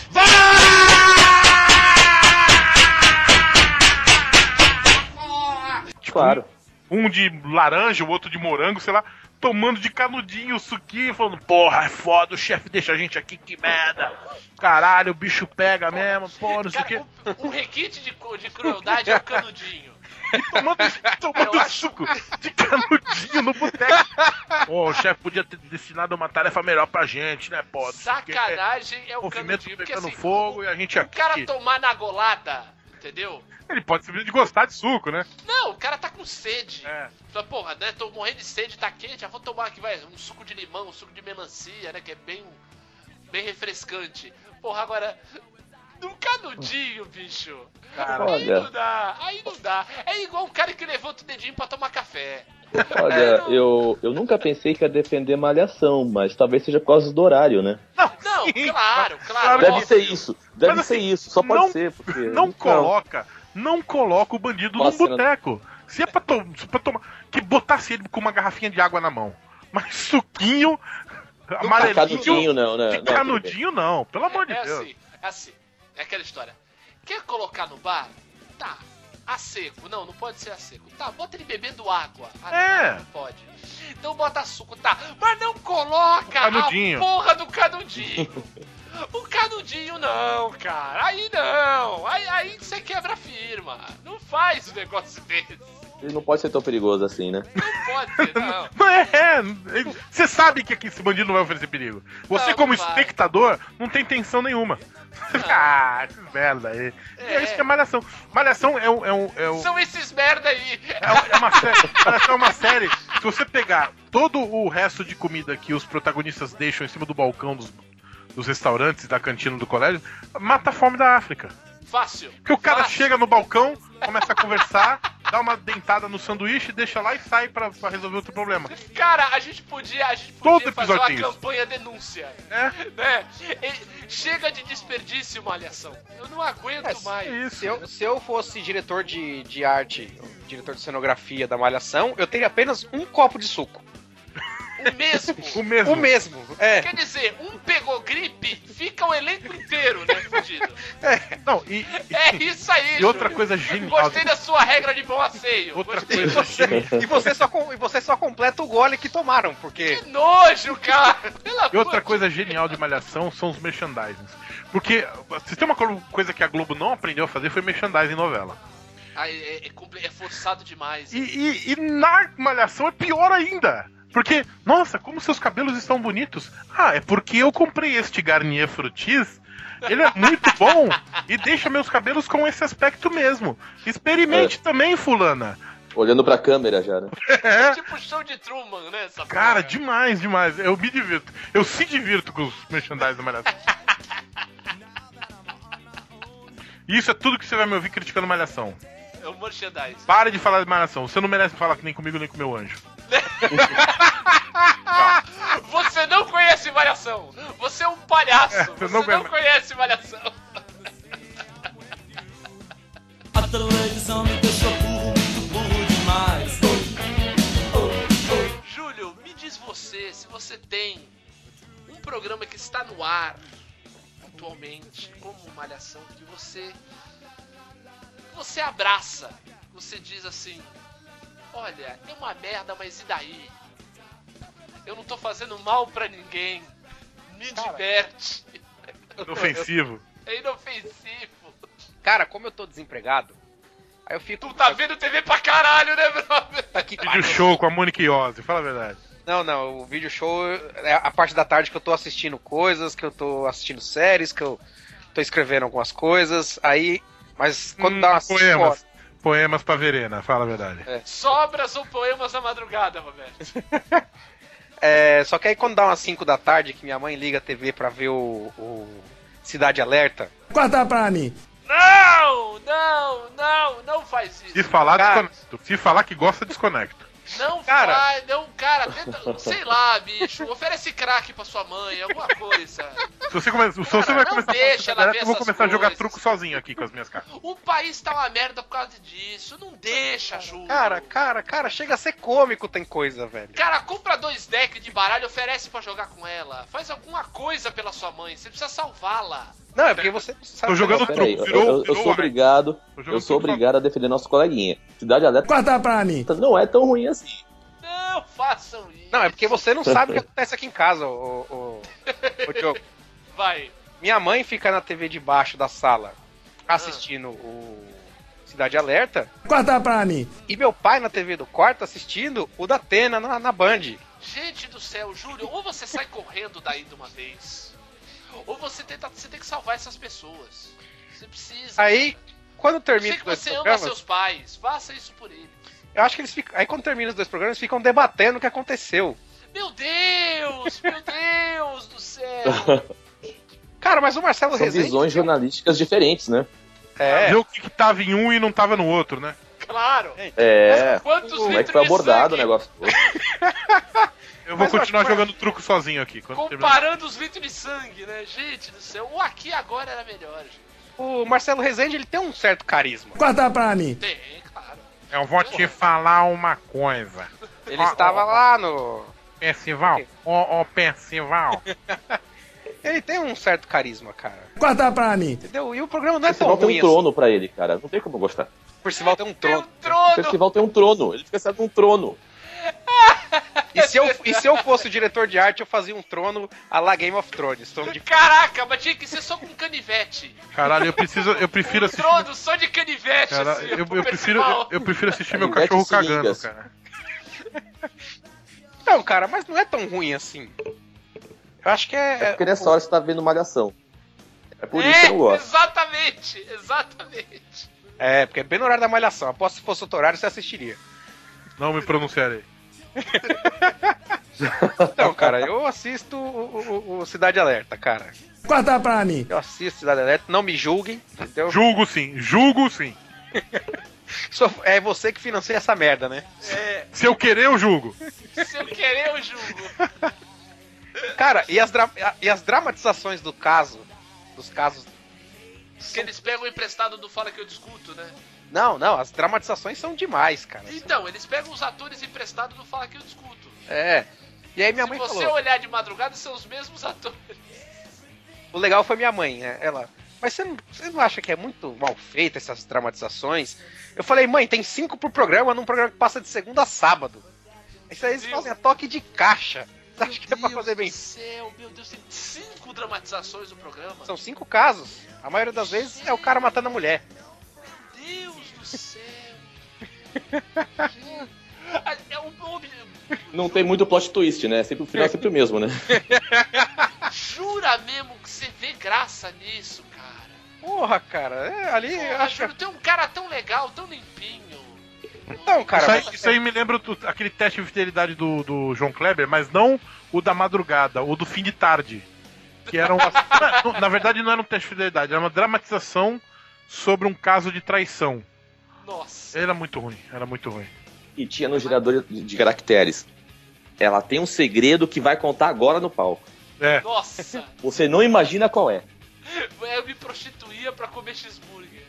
Vá!
Claro.
Um de laranja, o outro de morango, sei lá, tomando de canudinho o suquinho, falando, porra, é foda, o chefe deixa a gente aqui, que merda. Caralho, o bicho pega mesmo, porra, não sei o quê.
Cara, um, um requinte de, cu- de crueldade é o canudinho.
Tomando, tomando
Eu acho-
suco de canudinho no boteco. Pô, o chefe podia ter destinado uma tarefa melhor pra gente, né, pô? não sei o quê.
Sacanagem é o
Movimento
canudinho. Porque
pegando
assim,
fogo
o,
e a gente
o
aqui.
cara tomar na golada, entendeu?
Ele pode simplesmente gostar de suco, né?
Não, o cara tá com sede.
É.
Fala, porra, né? Tô morrendo de sede, tá quente, já vou tomar aqui, vai, um suco de limão, um suco de melancia, né? Que é bem, bem refrescante. Porra, agora, no canudinho, bicho.
Cara,
aí
olha.
não dá, aí não dá. É igual um cara que levanta o dedinho pra tomar café.
Olha, eu, eu nunca pensei que ia defender Malhação, mas talvez seja por causa do horário, né?
Não,
Não,
sim,
claro,
mas-
claro.
Deve
óbvio.
ser isso, deve
Mas,
ser
assim,
isso, só pode
não-
ser, porque...
Não coloca, não coloca o bandido num
Nossa, não-
boteco. Se é pra, to se é pra tomar. Que botasse ele com uma garrafinha de água na mão. Mas suquinho,
Ah,
amarelinho.
canudinho não, né?
De
Não, tudo
canudinho não, pelo amor de
É
Deus.
assim, é assim. É aquela história. Quer colocar no bar? Tá. A seco. Não, não pode ser a seco. Tá, bota ele bebendo água. Ah, não,
É.
não pode. Então bota suco, tá. Mas não coloca
Canudinho.
a porra do canudinho. O canudinho não, cara. Aí não. Aí, aí você quebra a firma. Não faz um negócio desse.
Ele não pode ser tão perigoso assim, né?
Não pode ser, não.
Não é, é, você sabe que aqui esse bandido não vai oferecer perigo. Você,
Não,
como
não vai.
espectador, não tem tensão nenhuma. Ah, que merda aí. E é
É.
isso que é Malhação. Malhação é um. É um, é um
São esses merda aí.
É é uma série. Malhação é uma série. Se você pegar todo o resto de comida que os protagonistas deixam em cima do balcão dos, dos restaurantes e da cantina do colégio, mata a fome da África.
Fácil.
Porque o cara
Fácil.
chega no balcão, começa a conversar, dá uma dentada no sanduíche, deixa lá e sai pra, pra resolver outro problema.
Cara, a gente podia, a gente
Todo
podia fazer
episódio
uma
tem isso.
campanha denúncia.
É?
Né? E- chega de desperdício, malhação. Eu não aguento
É,
mais.
Isso.
Se eu, se eu fosse diretor de, de arte, diretor de cenografia da Malhação, eu teria apenas um copo de suco.
O mesmo.
O mesmo.
O mesmo, é.
Quer dizer, um pegou gripe, fica o elenco inteiro, né, fudido.
Não, e, e-
É isso aí,
e outra
Júlio.
coisa genial.
Gostei da sua regra de bom asseio.
Outra
Gostei.
coisa genial.
E você, só, com- e você só completa o gole que tomaram, porque...
Que nojo, cara. Pelo amor
E outra
de
coisa genial de Malhação são os merchandisings. Porque se tem uma co- coisa que a Globo não aprendeu a fazer foi merchandising em novela.
Ai, é, é, compli- é forçado demais.
E, e, e na Malhação é pior ainda. Porque, nossa, como seus cabelos estão bonitos. Ah, é porque eu comprei este Garnier Fructis. Ele é muito bom e deixa meus cabelos com esse aspecto mesmo. Experimente
É.
também, fulana.
Olhando pra câmera já, né?
É tipo show de Truman, né? Essa
Cara,
porra.
demais, demais. Eu me divirto. Eu se divirto com os merchandise da Malhação. E isso é tudo que você vai me ouvir criticando Malhação.
É o merchandise.
Pare de falar de Malhação. Você não merece falar que nem comigo nem com meu anjo.
Você não conhece Malhação. Você é um palhaço.
É,
você
não
não,
conhece.
conhece Malhação.
A televisão me deixou burro, muito burro demais.
Júlio, me diz você, se você tem um programa que está no ar atualmente, como Malhação, que você que você abraça, você diz assim, olha, é uma merda, mas e daí? Eu não tô fazendo mal pra ninguém, me
Cara,
diverte,
Ofensivo.
é inofensivo.
Cara, como eu tô desempregado, aí eu fico...
Tu tá vendo T V pra caralho, né, brother?
Tá aqui,
Vídeo show com a Mônica Iose, fala a verdade.
Não, não, o vídeo show é a parte da tarde que eu tô assistindo coisas, que eu tô assistindo séries, que eu tô escrevendo algumas coisas, aí... Mas quando
Hum,
dá umas cinco
poemas.
horas...
Poemas pra Verena, fala a verdade.
Sobras ou poemas da madrugada, Roberto?
É, só que aí quando dá umas cinco da tarde, que minha mãe liga a T V pra ver o, o Cidade Alerta...
Corta pra mim.
Não, não, não, não faz isso.
Se falar,
Cara.
desconecto. Se falar que gosta, desconecto.
Não
Cara.
faz, não, cara, tenta, sei lá, bicho, oferece crack pra sua mãe, alguma coisa.
Se você, come... se você
Cara,
vai
não
começar
deixa
a
ela
falar
ver
eu vou
essas
começar a jogar
coisas.
truco sozinho aqui com as minhas cartas.
O país tá uma merda por causa disso, não deixa, Júlio.
Cara, cara, cara, chega a ser cômico, tem coisa, velho.
Cara, compra dois decks de baralho e oferece pra jogar com ela. Faz alguma coisa pela sua mãe, você precisa salvá-la.
Não, é porque você não sabe...
Tô jogando
Não, peraí,
truco,
eu,
virou,
eu- eu
virou
sou
ar.
obrigado,
Tô jogando
eu sou
truco
obrigado a defender nosso coleguinha. Cidade Alerta
Corta pra mim.
não é tão ruim assim.
Não façam isso.
Não, é porque você não sabe o que acontece aqui em casa, ô, ô, ô, ô Diogo.
Vai.
Minha mãe fica na T V de baixo da sala assistindo o Cidade Alerta
Corta pra mim.
e meu pai na T V do quarto assistindo o da Atena na, na Band.
Gente do céu, Júlio, ou você sai correndo daí de uma vez, ou você tenta, você tem que salvar essas pessoas. Você precisa.
Aí, quando
Eu
termina
sei
os
que
dois
você ama
programas,
seus pais, faça isso por eles.
eu acho que eles ficam. Aí quando termina os dois programas, eles ficam debatendo o que aconteceu.
Meu Deus, meu Deus do céu.
Cara, mas o Marcelo
São
Rezende.
visões jornalísticas diferentes, né?
É,
Ver o que, que tava em um e não tava no outro, né?
Claro.
É.
Quantos
Como é que
litros
foi
de
abordado o
sangue?
negócio todo?
Eu vou
Mas eu
continuar
acho que-
jogando truco sozinho aqui. Quando terminar.
Comparando os litros de sangue, né? Gente do céu, o aqui agora era melhor, gente.
o Marcelo Rezende ele tem um certo carisma.
Corta pra mim.
Tem, claro.
Eu vou te falar uma coisa.
Ele
Ó,
estava
ó,
lá no.
Percival, ô, ô, Percival.
Ele tem um certo carisma, cara.
Corta pra mim.
Entendeu? E o programa não é
O
tão
festival tem
ruim
um
assim.
trono pra ele, cara. Não tem como gostar.
O Percival tem um
Tem um
trono.
O
trono.
festival tem um trono. Ele fica sentado num trono.
E se, eu, e se eu fosse o diretor de arte, eu fazia um trono à la Game of Thrones. Trono de...
Caraca, mas tinha que ser só com canivete.
Caralho, eu preciso, eu prefiro
Um
assistir.
trono só de canivete,
Cara,
assim.
eu,
pro
eu prefiro, eu,
pessoal.
eu prefiro assistir meu
Canivete
cachorro
e
cagando,
seringas.
cara.
Não, cara, mas não é tão ruim assim. Eu acho que é.
É porque nessa hora você tá vendo Malhação. É por isso que eu não gosto.
Exatamente, exatamente.
É, porque é bem no horário da malhação. Aposto que se fosse outro horário, você assistiria.
Não me pronunciarei.
Então, cara, eu assisto o, o- o Cidade Alerta, cara.
Corta pra mim.
Eu assisto Cidade Alerta, não me julguem, entendeu?
Julgo sim, julgo sim.
Só- é você que financia essa merda, né?
Se eu querer, eu julgo.
Se eu querer, eu julgo.
Cara, e as, dra- e as dramatizações do caso, dos casos...
Que eles pegam emprestado do Fala Que Eu Discuto, né?
Não, não, as dramatizações são demais, cara.
Então, eles pegam os atores emprestados do Fala Que Eu Discuto.
É. E aí minha
Se
mãe
você
falou...
olhar de madrugada, são os mesmos atores.
O legal foi minha mãe, né? Ela... Mas você não, você não acha que é muito mal feita essas dramatizações? Eu falei, mãe, tem cinco por programa, num programa que passa de segunda a sábado. Isso aí eles
Viu?
fazem a toque de caixa. Você acha que é pra
Deus
fazer bem?
do céu, meu Deus, tem cinco dramatizações do programa.
São cinco casos. A maioria das vezes é o cara matando a mulher.
Deus do céu. É um, um,
Não tem muito plot twist, né? Sempre, o final é sempre o mesmo, né?
Jura mesmo que você vê graça nisso, cara?
Porra, cara, é, ali
Porra,
eu acho
juro, tem um cara tão legal, tão limpinho.
Então, cara,
Isso aí,
mas-
isso aí me lembra o- aquele teste de fidelidade do, do João Kleber, mas não o da madrugada, o do fim de tarde. Que era uma. na, na verdade, não era um teste de fidelidade, era uma dramatização sobre um caso de traição.
Nossa.
Era muito ruim, era muito ruim.
E tinha no gerador de, de caracteres. Ela tem um segredo que vai contar agora no palco.
É.
Nossa.
Você não imagina qual é.
Eu me prostituía pra comer cheeseburger.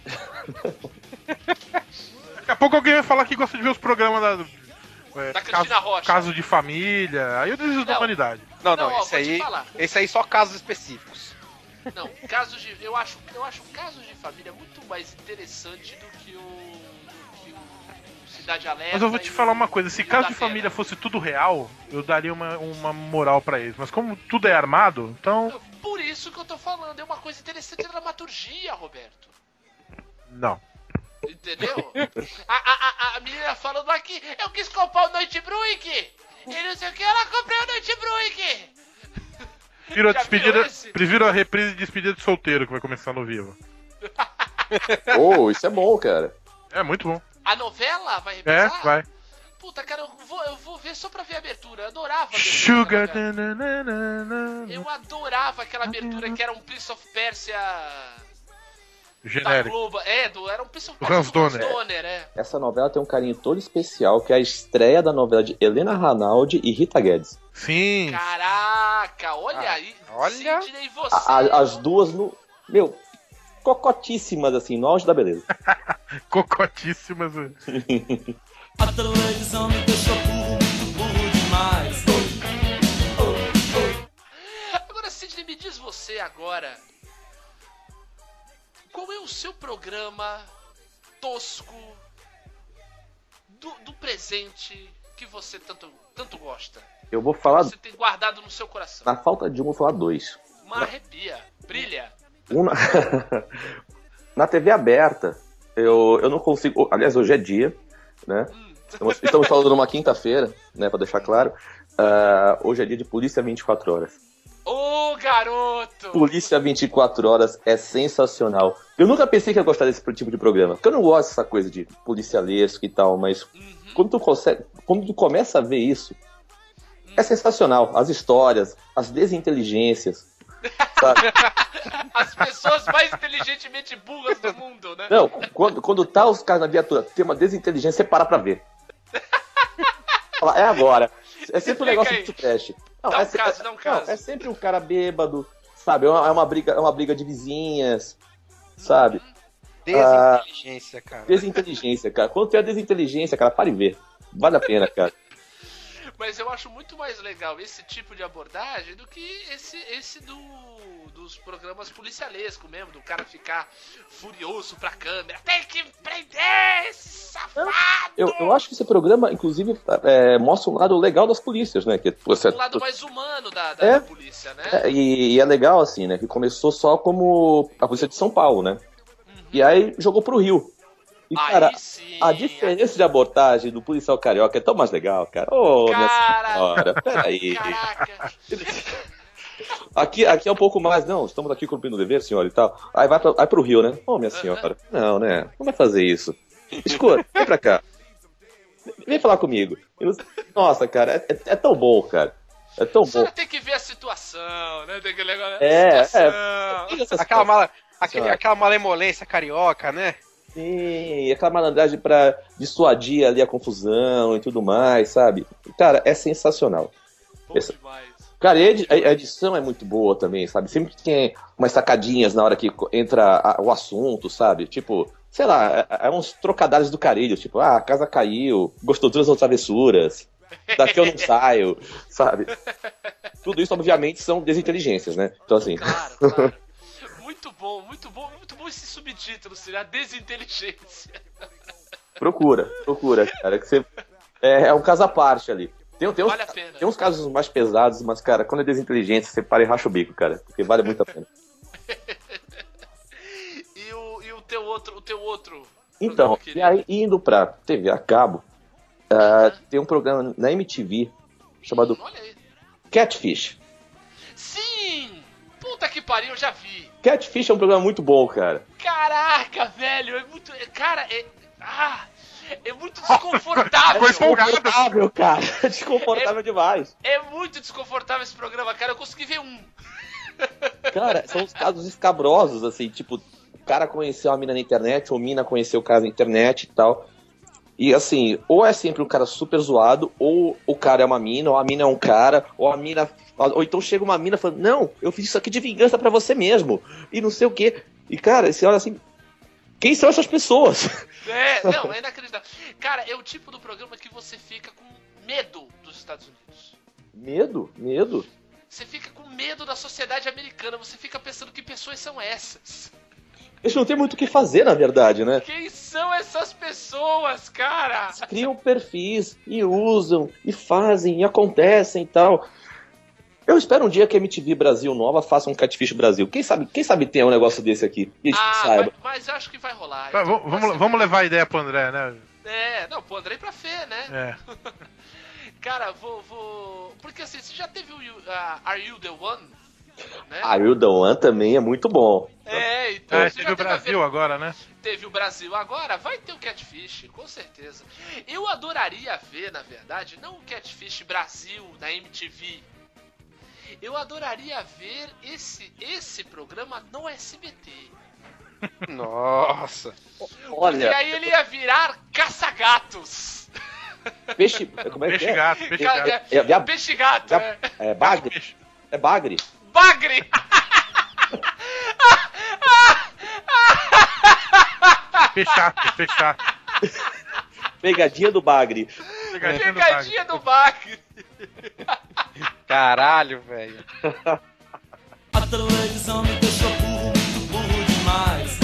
Daqui a pouco alguém vai falar que gosta de ver os programas da. É,
Da Cristina
caso,
Rocha.
caso de família. Aí eu desisto da
Não.
humanidade.
Não,
Não,
não,
ó,
esse
vou te
aí,
falar.
esse aí só casos específicos.
Não, casos de. Eu acho, eu acho casos de família muito mais interessante do que o. do que o Cidade Alerta.
Mas eu vou te
e
falar
o-
uma coisa, se
e o
caso
da
de
Atena.
família fosse tudo real, eu daria uma, uma moral pra eles. Mas como tudo é armado, então.
Por isso que eu tô falando, é uma coisa interessante a dramaturgia, Roberto.
Não.
Entendeu? a, a, a, a menina falando aqui, eu quis comprar o Noite Bruick! E não sei o que, ela comprou o Noite Bruick!
Prefiro a,
Já
despedida,
viram esse?
prefiro a reprise de despedida de solteiro que vai começar no Vivo.
Oh, isso é bom, cara.
É muito bom.
A novela vai
É,
reprisar?
vai.
Puta, cara, eu vou, eu vou ver só pra ver a abertura. Eu adorava a abertura.
Sugar.
daquela novela.
nananana,
Eu adorava aquela abertura que era um Prince of Persia da
Genérico.
Globo. É, do, era um Prince of
Do
Persia
Hans
do
Donner.
Donner, é.
Essa novela tem um carinho todo especial, que é a estreia da novela de Helena Ranaldi e Rita Guedes.
Sim.
Caraca, olha
Ah,
aí.
olha.
Sidney, você.
A- a- as duas no. Meu, cocotíssimas, assim, no auge da beleza.
Cocotíssimas.
A televisão me deixou burro, muito burro demais.
Agora, Sidney, me diz você agora. Qual é o seu programa tosco do, do presente que você tanto, tanto gosta?
Eu vou falar.
Você tem guardado no seu coração.
Na falta de um, vou falar dois.
Uma arrepia, brilha.
Um na... na T V aberta, eu, eu não consigo. Aliás, hoje é dia, né? Estamos, estamos falando numa quinta-feira, né? Pra deixar claro. Ah, hoje é dia de Polícia vinte e quatro horas.
Ô, garoto!
Polícia vinte e quatro horas é sensacional. Eu nunca pensei que ia gostar desse tipo de programa. Porque eu não gosto dessa coisa de policialesco e tal, mas
Uhum.
quando tu, consegue, quando tu começa a ver isso, é sensacional. As histórias, as desinteligências, sabe?
As pessoas mais inteligentemente burras do mundo, né?
Não, quando, quando tá os caras na viatura, tem uma desinteligência, você para pra ver. Fala, é agora. É sempre um
Explica
negócio
aí.
de trash. Não,
Dá um
é, se-
caso, dá um
não,
caso.
é sempre um cara bêbado, sabe? É uma, é uma briga, é uma briga de vizinhas, sabe?
Desinteligência, cara.
Desinteligência, cara. Quando tem a desinteligência, cara, para e ver. Vale a pena, cara.
Mas eu acho muito mais legal esse tipo de abordagem do que esse, esse do, dos programas policialescos mesmo, do cara ficar furioso pra câmera. Tem que prender esse safado!
Eu, eu acho que esse programa, inclusive, é, mostra um lado legal das polícias, né? Que, você,
Um lado mais humano da, da,
É.
da polícia, né?
É, e, e é legal, assim, né? Que começou só como a polícia de São Paulo, né? E aí jogou pro Rio. E,
Aí
cara,
sim,
a diferença de abordagem do policial carioca é tão mais legal, cara. Ô, minha
Cara,
senhora, peraí.
Caraca!
Aqui, aqui é um pouco mais, não, estamos aqui cumprindo o dever, senhor, e tal. Aí vai, pra, vai pro Rio, né? Ô, minha senhora. Não, né? Não vai fazer isso. Escuta, vem pra cá. Vem falar comigo. Nossa, cara, é, é- é tão bom, cara. É tão
A
bom.
senhora tem que ver a situação, né? Tem aquele negócio.
É,
situação.
Aquela, mala, aquele,
Senhora.
aquela malemolência carioca, né?
Sim, aquela malandragem pra dissuadir ali a confusão e tudo mais, sabe? Cara, é sensacional.
Bom
Essa-
demais.
Cara, e a edi- a edição é muito boa também, sabe? Sempre tem umas sacadinhas na hora que entra a- o assunto, sabe? Tipo, sei lá, é, é uns trocadilhos do carilho, tipo, ah, a casa caiu, gostosuras ou travessuras, daqui eu não saio, sabe? Tudo isso, obviamente, são desinteligências, né? Então, assim,
Claro, claro. Muito bom, muito bom, muito bom esse subtítulo, seria a desinteligência.
procura, procura, cara, que você... É, é um caso à parte ali. Tem, tem, uns,
Vale a pena.
tem uns casos mais pesados, mas, cara, quando é desinteligência, você para e racha o bico, cara, porque vale muito a pena.
E o, e o teu outro, o teu outro
Então, e aí indo pra T V a cabo, uh, tem um programa na M T V chamado
Olha aí.
Catfish.
Sim! Puta que pariu, eu já vi.
Catfish é um programa muito bom, cara.
Caraca, velho, é muito... Cara, é... Ah... É muito desconfortável.
Foi folgado.
Desconfortável, cara. Desconfortável
é,
demais.
É muito desconfortável esse programa, cara. Eu consegui ver um.
Cara, são os casos escabrosos, assim, tipo, o cara conheceu a mina na internet, ou a mina conheceu o cara na internet e tal. E assim, ou é sempre um cara super zoado, ou o cara é uma mina, ou a mina é um cara, ou a mina. Ou então chega uma mina falando, não, eu fiz isso aqui de vingança pra você mesmo. E não sei o quê. E cara, você olha assim. Quem são essas pessoas?
É, não, é inacreditável. Cara, é o tipo do programa que você fica com medo dos Estados Unidos.
Medo? Medo?
Você fica com medo da sociedade americana, você fica pensando que pessoas são essas.
Eles não tem muito o que fazer, na verdade, né?
Quem são essas pessoas, cara?
Eles criam perfis, e usam, e fazem, e acontecem e tal. Eu espero um dia que a M T V Brasil nova faça um Catfish Brasil. Quem sabe, quem sabe tem um negócio desse aqui. E a gente
ah,
saiba.
Mas, mas eu acho que vai rolar.
Tá,
então,
vamos, vamos levar a ideia pro André, né?
É, não, pro André e pra Fê, né?
É.
Cara, vou, vou... Porque assim, você já teve o uh, Are You The One? Né?
Are You The One também é muito bom.
É, então...
É,
você
teve
já
o Brasil
a...
agora, né?
Teve o Brasil agora, vai ter o Catfish, com certeza. Eu adoraria ver, na verdade, não o Catfish Brasil na M T V. Eu adoraria ver esse, esse programa no S B T.
Nossa.
Olha.
E aí ele ia virar caça-gatos.
Peixe. Como é que
Peixe
é?
gato, peixe
Ca-
gato.
é,
É, é,
Peixe-gato, é.
é bagre? É bagre?
Bagre!
Fechato, fechato.
Pegadinha do bagre.
Pegadinha do
Pegadinha do Bagre.
Caralho, velho.
A televisão me deixou burro, muito burro demais.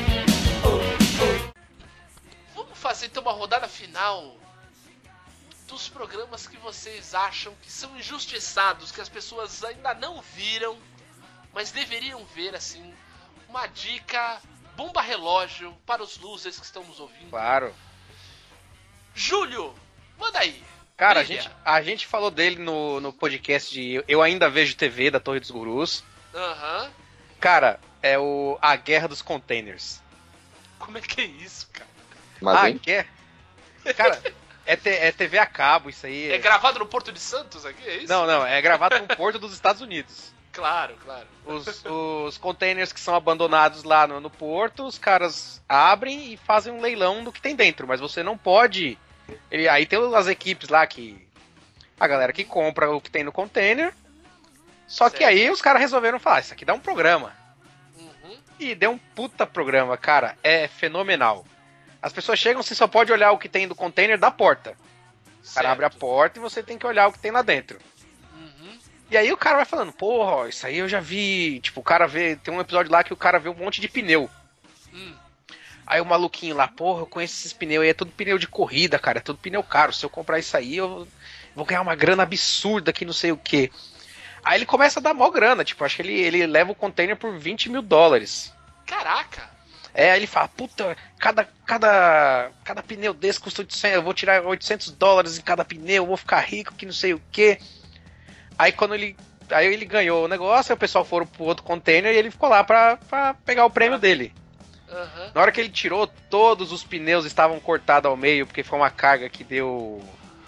Vamos fazer então uma rodada final dos programas que vocês acham que são injustiçados, que as pessoas ainda não viram, mas deveriam ver, assim, uma dica bomba relógio para os losers que estão nos ouvindo.
Claro.
Júlio, manda aí.
Cara, a
Brilha.
gente, a gente falou dele no, no podcast de Eu Ainda Vejo T V, da Torre dos Gurus.
Aham.
Cara, é o A Guerra dos Containers.
Como é que é isso, cara?
Mas,
a
hein?
Guerra... Cara, é, te- é T V a cabo isso aí.
É gravado no Porto de Santos aqui, é isso?
Não, não, é gravado no porto dos Estados Unidos.
Claro, claro.
Os, os containers que são abandonados lá no, no porto, os caras abrem e fazem um leilão do que tem dentro, mas você não pode... Ele, aí tem as equipes lá que... A galera que compra o que tem no container. Só que
Certo.
aí os caras resolveram falar, isso aqui dá um programa.
Uhum.
E deu um puta programa, cara, é fenomenal. As pessoas chegam, você só pode olhar o que tem do container da porta. O cara abre a porta e você tem que olhar o que tem lá dentro.
Uhum.
E aí o cara vai falando, porra, ó, isso aí eu já vi. Tipo, o cara vê. Tem um episódio lá que o cara vê um monte de pneu.
Hum.
Aí o maluquinho lá, porra, eu conheço esses pneus aí, é tudo pneu de corrida, cara, é tudo pneu caro. Se eu comprar isso aí, eu vou ganhar uma grana absurda que não sei o que. Aí ele começa a dar mó grana, tipo, acho que ele, ele leva o container por vinte mil dólares.
Caraca!
É, aí ele fala, puta, cada, cada, cada pneu desse custa oitocentos, eu vou tirar oitocentos dólares em cada pneu, eu vou ficar rico, que não sei o que. Aí quando ele, aí ele ganhou o negócio, aí o pessoal foram pro outro container e ele ficou lá pra, pra pegar o prêmio dele.
Uhum.
Na hora que ele tirou, todos os pneus estavam cortados ao meio, porque foi uma carga que deu...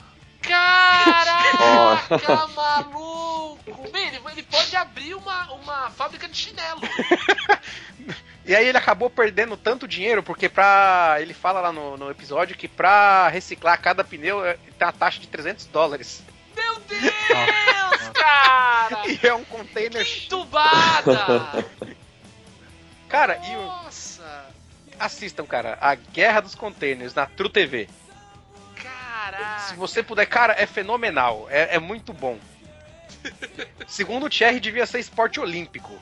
Caraca, maluco! Bem, ele, ele pode abrir uma, uma fábrica de chinelo.
E aí ele acabou perdendo tanto dinheiro, porque pra... Ele fala lá no, no episódio que pra reciclar cada pneu é- tem uma taxa de trezentos dólares.
Meu Deus, cara!
E é um container...
Que entubada!
Cara, e o...
Nossa!
assistam, cara, a Guerra dos Containers na True T V.
Caraca!
Se você puder, cara, é fenomenal. É, é muito bom. Segundo o Thierry, devia ser esporte olímpico.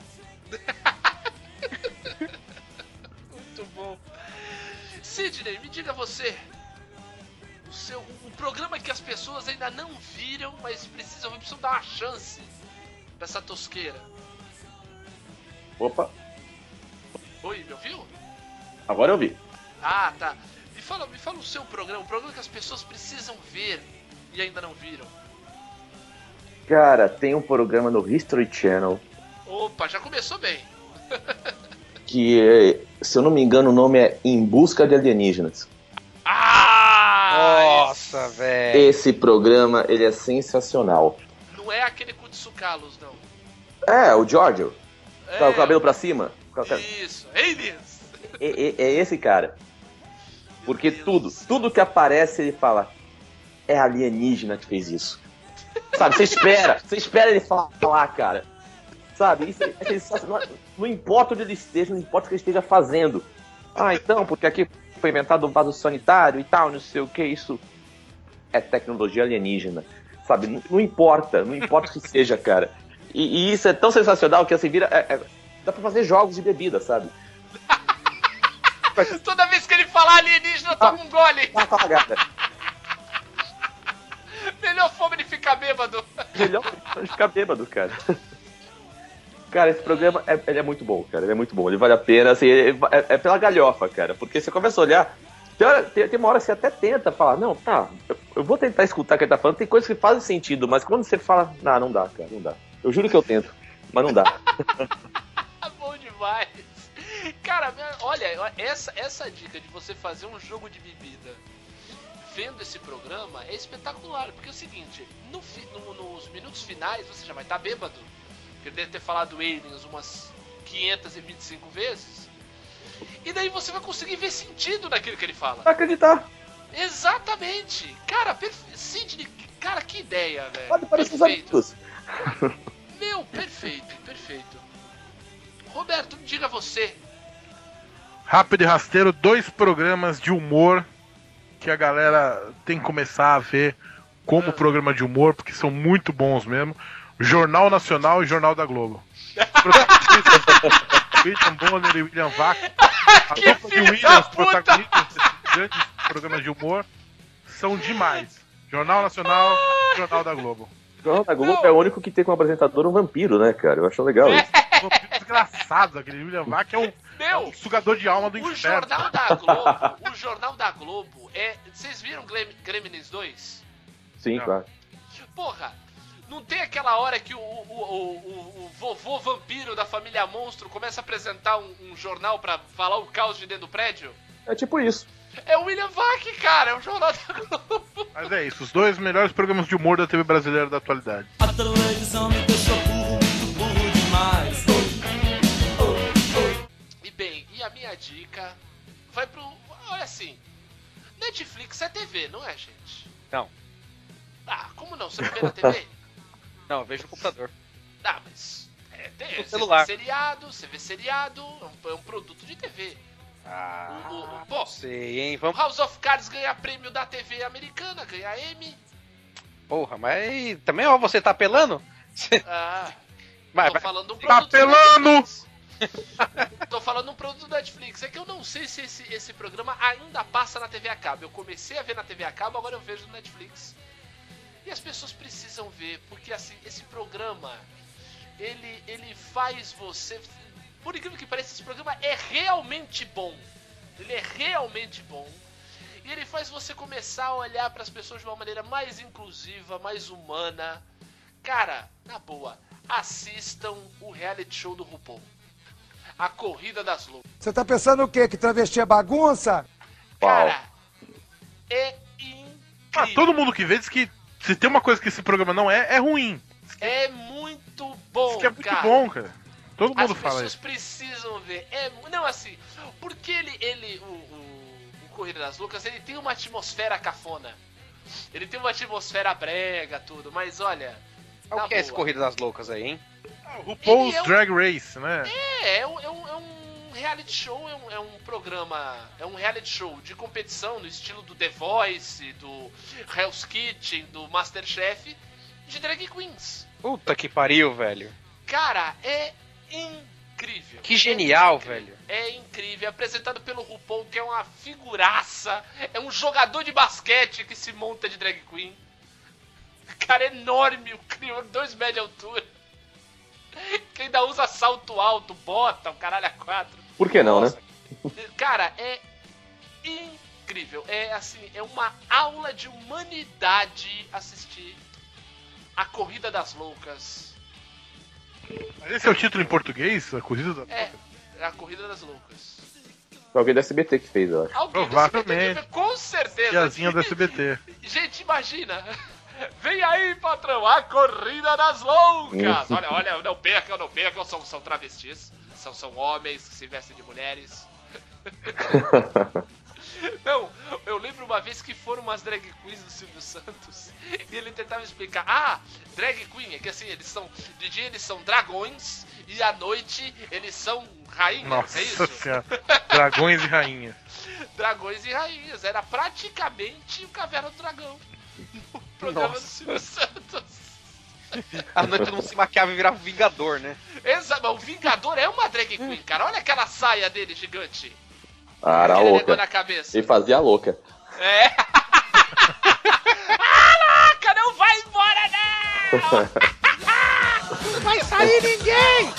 Muito bom. Sidney, me diga você. O, seu, o programa que as pessoas ainda não viram, mas precisam, precisam dar uma chance pra essa tosqueira.
Opa,
Oi, me ouviu?
agora eu vi.
Ah, tá. Me fala, me fala o seu programa, o programa que as pessoas precisam ver e ainda não viram.
Cara, tem um programa no History Channel
Opa, já começou bem.
que, se eu não me engano, o nome é Em Busca de Alienígenas.
Ah!
Nossa, velho.
Esse programa, ele é sensacional.
Não é aquele Kutsukalos, não.
É, o Giorgio.
É,
Tá, o cabelo pra cima.
Isso, aliens!
É, é, é esse cara. Porque tudo, tudo que aparece ele fala, é alienígena que fez isso. Sabe, você espera, você espera ele falar, cara. Sabe, isso, é, é, não, não importa onde ele esteja, não importa o que ele esteja fazendo. Ah, então, porque aqui foi inventado um vaso sanitário e tal, não sei o que, isso é tecnologia alienígena. Sabe, não, não importa, não importa o que seja, cara. E, e isso é tão sensacional que assim, vira... É, é, dá pra fazer jogos de bebida, sabe?
Toda vez que ele falar alienígena, toma um gole.
Tá apagada.
Melhor forma de ficar bêbado.
Melhor forma de ficar bêbado, cara. Cara, esse programa é, ele é muito bom, cara. Ele é muito bom. Ele vale a pena, assim, é, é, é pela galhofa, cara. Porque você começa a olhar. Tem, hora, tem, tem uma hora que você até tenta falar, não, tá, eu, eu vou tentar escutar o que ele tá falando. Tem coisas que fazem sentido, mas quando você fala, não, não dá, cara, não dá. Eu juro que eu tento, mas não dá.
Bom demais. Cara, olha, essa, essa dica de você fazer um jogo de bebida vendo esse programa é espetacular, porque é o seguinte, no, no, nos minutos finais você já vai estar bêbado, porque ele deve ter falado aliens umas quinhentas e vinte e cinco vezes, e daí você vai conseguir ver sentido naquilo que ele fala.
Vai acreditar.
Exatamente. Cara, perfe... Sidney, cara, que ideia, velho.
Pode parecer os amigos.
Meu, perfeito, perfeito. Roberto, me diga você.
Rápido e rasteiro, dois programas de humor que a galera tem que começar a ver como
Ah.
programa de humor, porque são muito bons mesmo. Jornal Nacional e Jornal da Globo. William Bonner e William Vac. A
Que
dupla de
filho da
Williams,
puta!
protagonistas desses grandes programas de humor, são demais. Jornal Nacional e Jornal da Globo.
O Jornal da Globo é o único que tem como apresentador um vampiro, né, cara? Eu acho legal isso.
Vampiro desgraçado, aquele William Vac é um, é um
Meu,
sugador de alma do
o
inferno.
Jornal da Globo, o Jornal da Globo é... Vocês viram Grem- Gremlins dois?
Sim,
Não.
claro.
Porra, não tem aquela hora que o, o, o, o, o vovô vampiro da família Monstro começa a apresentar um, um jornal pra falar o caos de dentro do prédio?
É tipo isso.
É o William Vac, cara, é o Jornal da Globo.
Mas é isso, os dois melhores programas de humor da T V brasileira da atualidade.
A televisão me deixou burro, muito burro demais.
E bem, e a minha dica vai pro... Olha assim, Netflix é T V, não é, gente?
Não.
Ah, como não? Você não vê na T V?
Não, eu vejo no computador.
Ah, mas... É, tem,
No
você
celular.
vê seriado, você vê seriado, é um, é um produto de T V.
Ah,
O- o- pô,
sei, hein?
O
Vamos...
House of Cards ganha prêmio da T V americana, ganha Emmy.
Porra, mas também ó, você tá apelando?
Ah,
Vai,
tô
vai.
falando de um
Tá
produto da
apelando!
Netflix. Tô falando de um produto da Netflix. É que eu não sei se esse, esse programa ainda passa na T V a cabo. Eu comecei a ver na T V a cabo, agora eu vejo no Netflix. E as pessoas precisam ver, porque assim, esse programa, ele, ele faz você... Por incrível que pareça, esse programa é realmente bom. Ele é realmente bom. E ele faz você começar a olhar para as pessoas de uma maneira mais inclusiva, mais humana. Cara, na boa, assistam o reality show do RuPaul. A Corrida das Loucas.
Você tá pensando o quê? Que travesti é bagunça?
Cara, é incrível.
Ah, todo mundo que vê diz que se tem uma coisa que esse programa não é, é ruim.
É muito bom,
Diz que é muito
cara.
bom, cara. Todo
As
mundo fala
pessoas
isso.
precisam ver. É, mu- não, assim, porque ele, ele o, o, o Corrida das Loucas, ele tem uma atmosfera cafona. Ele tem uma atmosfera brega, tudo, mas olha...
O
na
que é esse
boa.
Corrida das Loucas aí, hein?
RuPaul's
Ele é um-
Drag Race, né?
É, é um, é um, é um reality show, é um, é um programa, é um reality show de competição no estilo do The Voice, do Hell's Kitchen, do Masterchef, de drag queens.
Puta que pariu, velho.
Cara, é incrível.
Que genial,
É incrível.
velho.
É incrível, é apresentado pelo RuPaul, que é uma figuraça, é um jogador de basquete que se monta de drag queen. Cara, é enorme, o criou dois metros de altura. Que ainda usa salto alto, bota, o caralho a quatro.
Por que não,
Nossa,
né?
Cara, é incrível. É assim, é uma aula de humanidade assistir a Corrida das Loucas.
Mas esse é o título em português? A Corrida das
É, é a Corrida das Loucas.
Foi alguém do S B T que fez, eu acho.
Alguém
Provavelmente.
do S B T, com certeza.
Tiazinha do S B T.
Gente, imagina. Vem aí, patrão, a Corrida das Loucas. Olha, olha, não percam, não percam, são, são travestis. São, são homens que se vestem de mulheres. Não, eu lembro uma vez que foram umas drag queens do Silvio Santos e ele tentava explicar. Ah, drag queen, é que assim, eles são. De dia eles são dragões e à noite eles são rainhas,
Nossa
é isso?
Senhora. Dragões e rainhas.
Dragões e rainhas, era praticamente o Caverna do Dragão. No programa
Nossa.
do Silvio Santos.
À noite todo mundo se maquiava e virava Vingador, né?
Exato, mas o Vingador é uma drag queen, cara. Olha aquela saia dele gigante.
Ah, era
que ele
louca.
levou na cabeça.
Ele fazia a louca.
É. Ah, louca, não vai embora, não!
Não vai sair ninguém!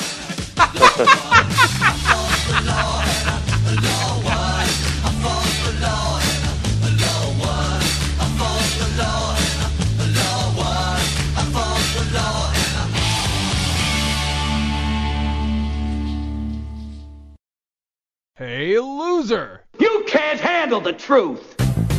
Hey, loser!
You can't handle the truth!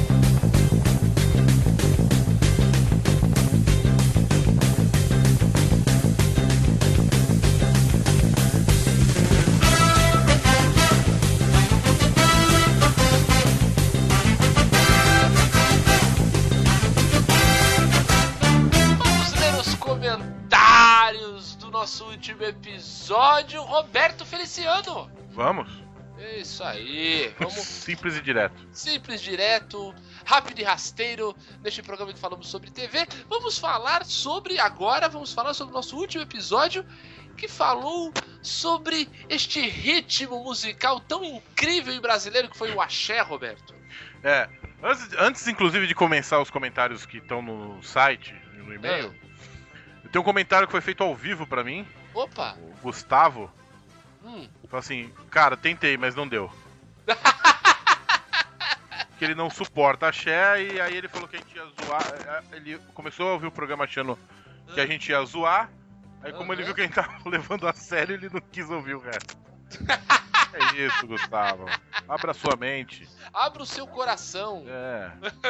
Vamos ler os comentários do nosso último episódio. Roberto Feliciano.
Vamos?
É isso aí. Vamos
Simples e direto.
simples, direto, rápido e rasteiro. Neste programa que falamos sobre T V, vamos falar sobre agora, vamos falar sobre o nosso último episódio que falou sobre este ritmo musical tão incrível e brasileiro que foi o axé, Roberto.
É, antes, antes inclusive de começar os comentários que estão no site, no e-mail, eu tenho um comentário que foi feito ao vivo pra mim.
Opa!
O Gustavo
Hum.
falou assim, cara, tentei, mas não deu. Que ele não suporta axé, e aí ele falou que a gente ia zoar. Ele começou a ouvir o programa achando que a gente ia zoar. Aí como
Uhum.
ele viu que a gente tava levando a sério, ele não quis ouvir o resto. É isso, Gustavo. Abra sua mente.
Abra o seu coração.
É.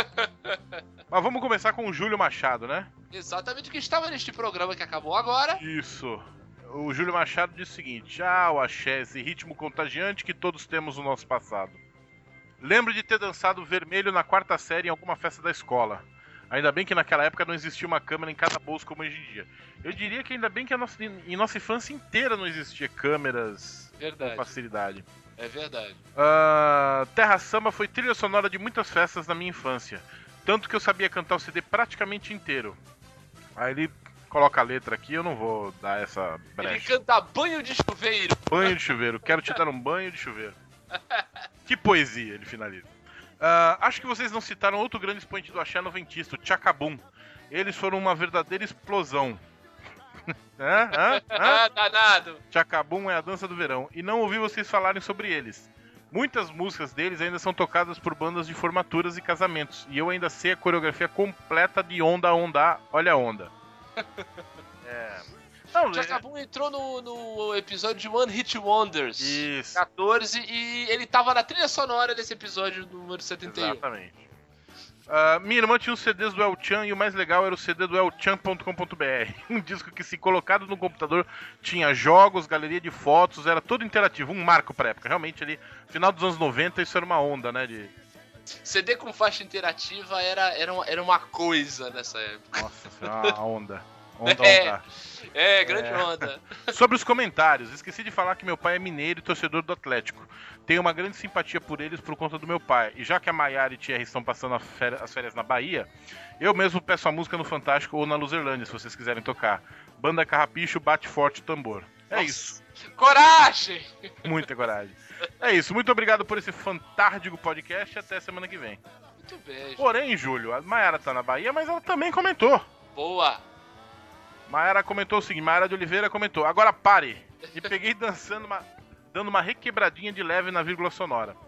Mas vamos começar com o Júlio Machado, né?
Exatamente o que estava neste programa que acabou agora.
Isso. O Júlio Machado diz o seguinte: ah, o axé, esse ritmo contagiante que todos temos no nosso passado. Lembro de ter dançado vermelho na quarta série em alguma festa da escola. Ainda bem que naquela época não existia uma câmera em cada bolso como hoje em dia. Eu diria que ainda bem que a nossa, em nossa infância inteira não existia câmeras
Verdade.
com facilidade.
É verdade.
Uh, Terra Samba foi trilha sonora de muitas festas na minha infância. Tanto que eu sabia cantar o C D praticamente inteiro. Aí ele coloca a letra aqui, eu não vou dar essa brecha.
Ele canta banho de chuveiro.
Banho de chuveiro, quero te dar um banho de chuveiro. Que poesia, ele finaliza. Uh, acho que vocês não citaram outro grande expoente do axé noventista, o Tchacabum. Eles foram uma verdadeira explosão. Hã? Hã? Hã?
Danado.
Tchacabum é a dança do verão. E não ouvi vocês falarem sobre eles. Muitas músicas deles ainda são tocadas por bandas de formaturas e casamentos. E eu ainda sei a coreografia completa de Onda a Onda, olha a onda. É... Não,
O Tchacabum entrou no, no episódio de One Hit Wonders.
Isso.
quatorze, e ele tava na trilha sonora desse episódio número setenta e um.
Exatamente. Uh, minha irmã tinha os C Ds do El Chan e o mais legal era o C D do el chan ponto com ponto b r. Um disco que, se colocado no computador, tinha jogos, galeria de fotos, era todo interativo, um marco pra época. Realmente ali, final dos anos noventa, isso era uma onda, né? De...
C D com faixa interativa era, era, uma, era uma coisa nessa época.
Nossa, foi uma onda. Onda,
É.
onda.
É, grande
É.
onda.
Sobre os comentários, esqueci de falar que meu pai é mineiro e torcedor do Atlético. Tenho uma grande simpatia por eles por conta do meu pai. E já que a Maiara e Thierry estão passando a féri- as férias na Bahia, eu mesmo peço a música no Fantástico ou na Luzerlândia, se vocês quiserem tocar. Banda Carrapicho, bate forte o tambor. É
Nossa.
isso.
Coragem!
Muita coragem. É isso. Muito obrigado por esse fantástico podcast e até semana que vem.
Muito bem.
Porém, Júlio, a Maiara tá na Bahia, mas ela também comentou.
Boa.
Maiara comentou o seguinte, Maiara de Oliveira comentou: agora pare! E peguei dançando uma, dando uma requebradinha de leve na vírgula sonora.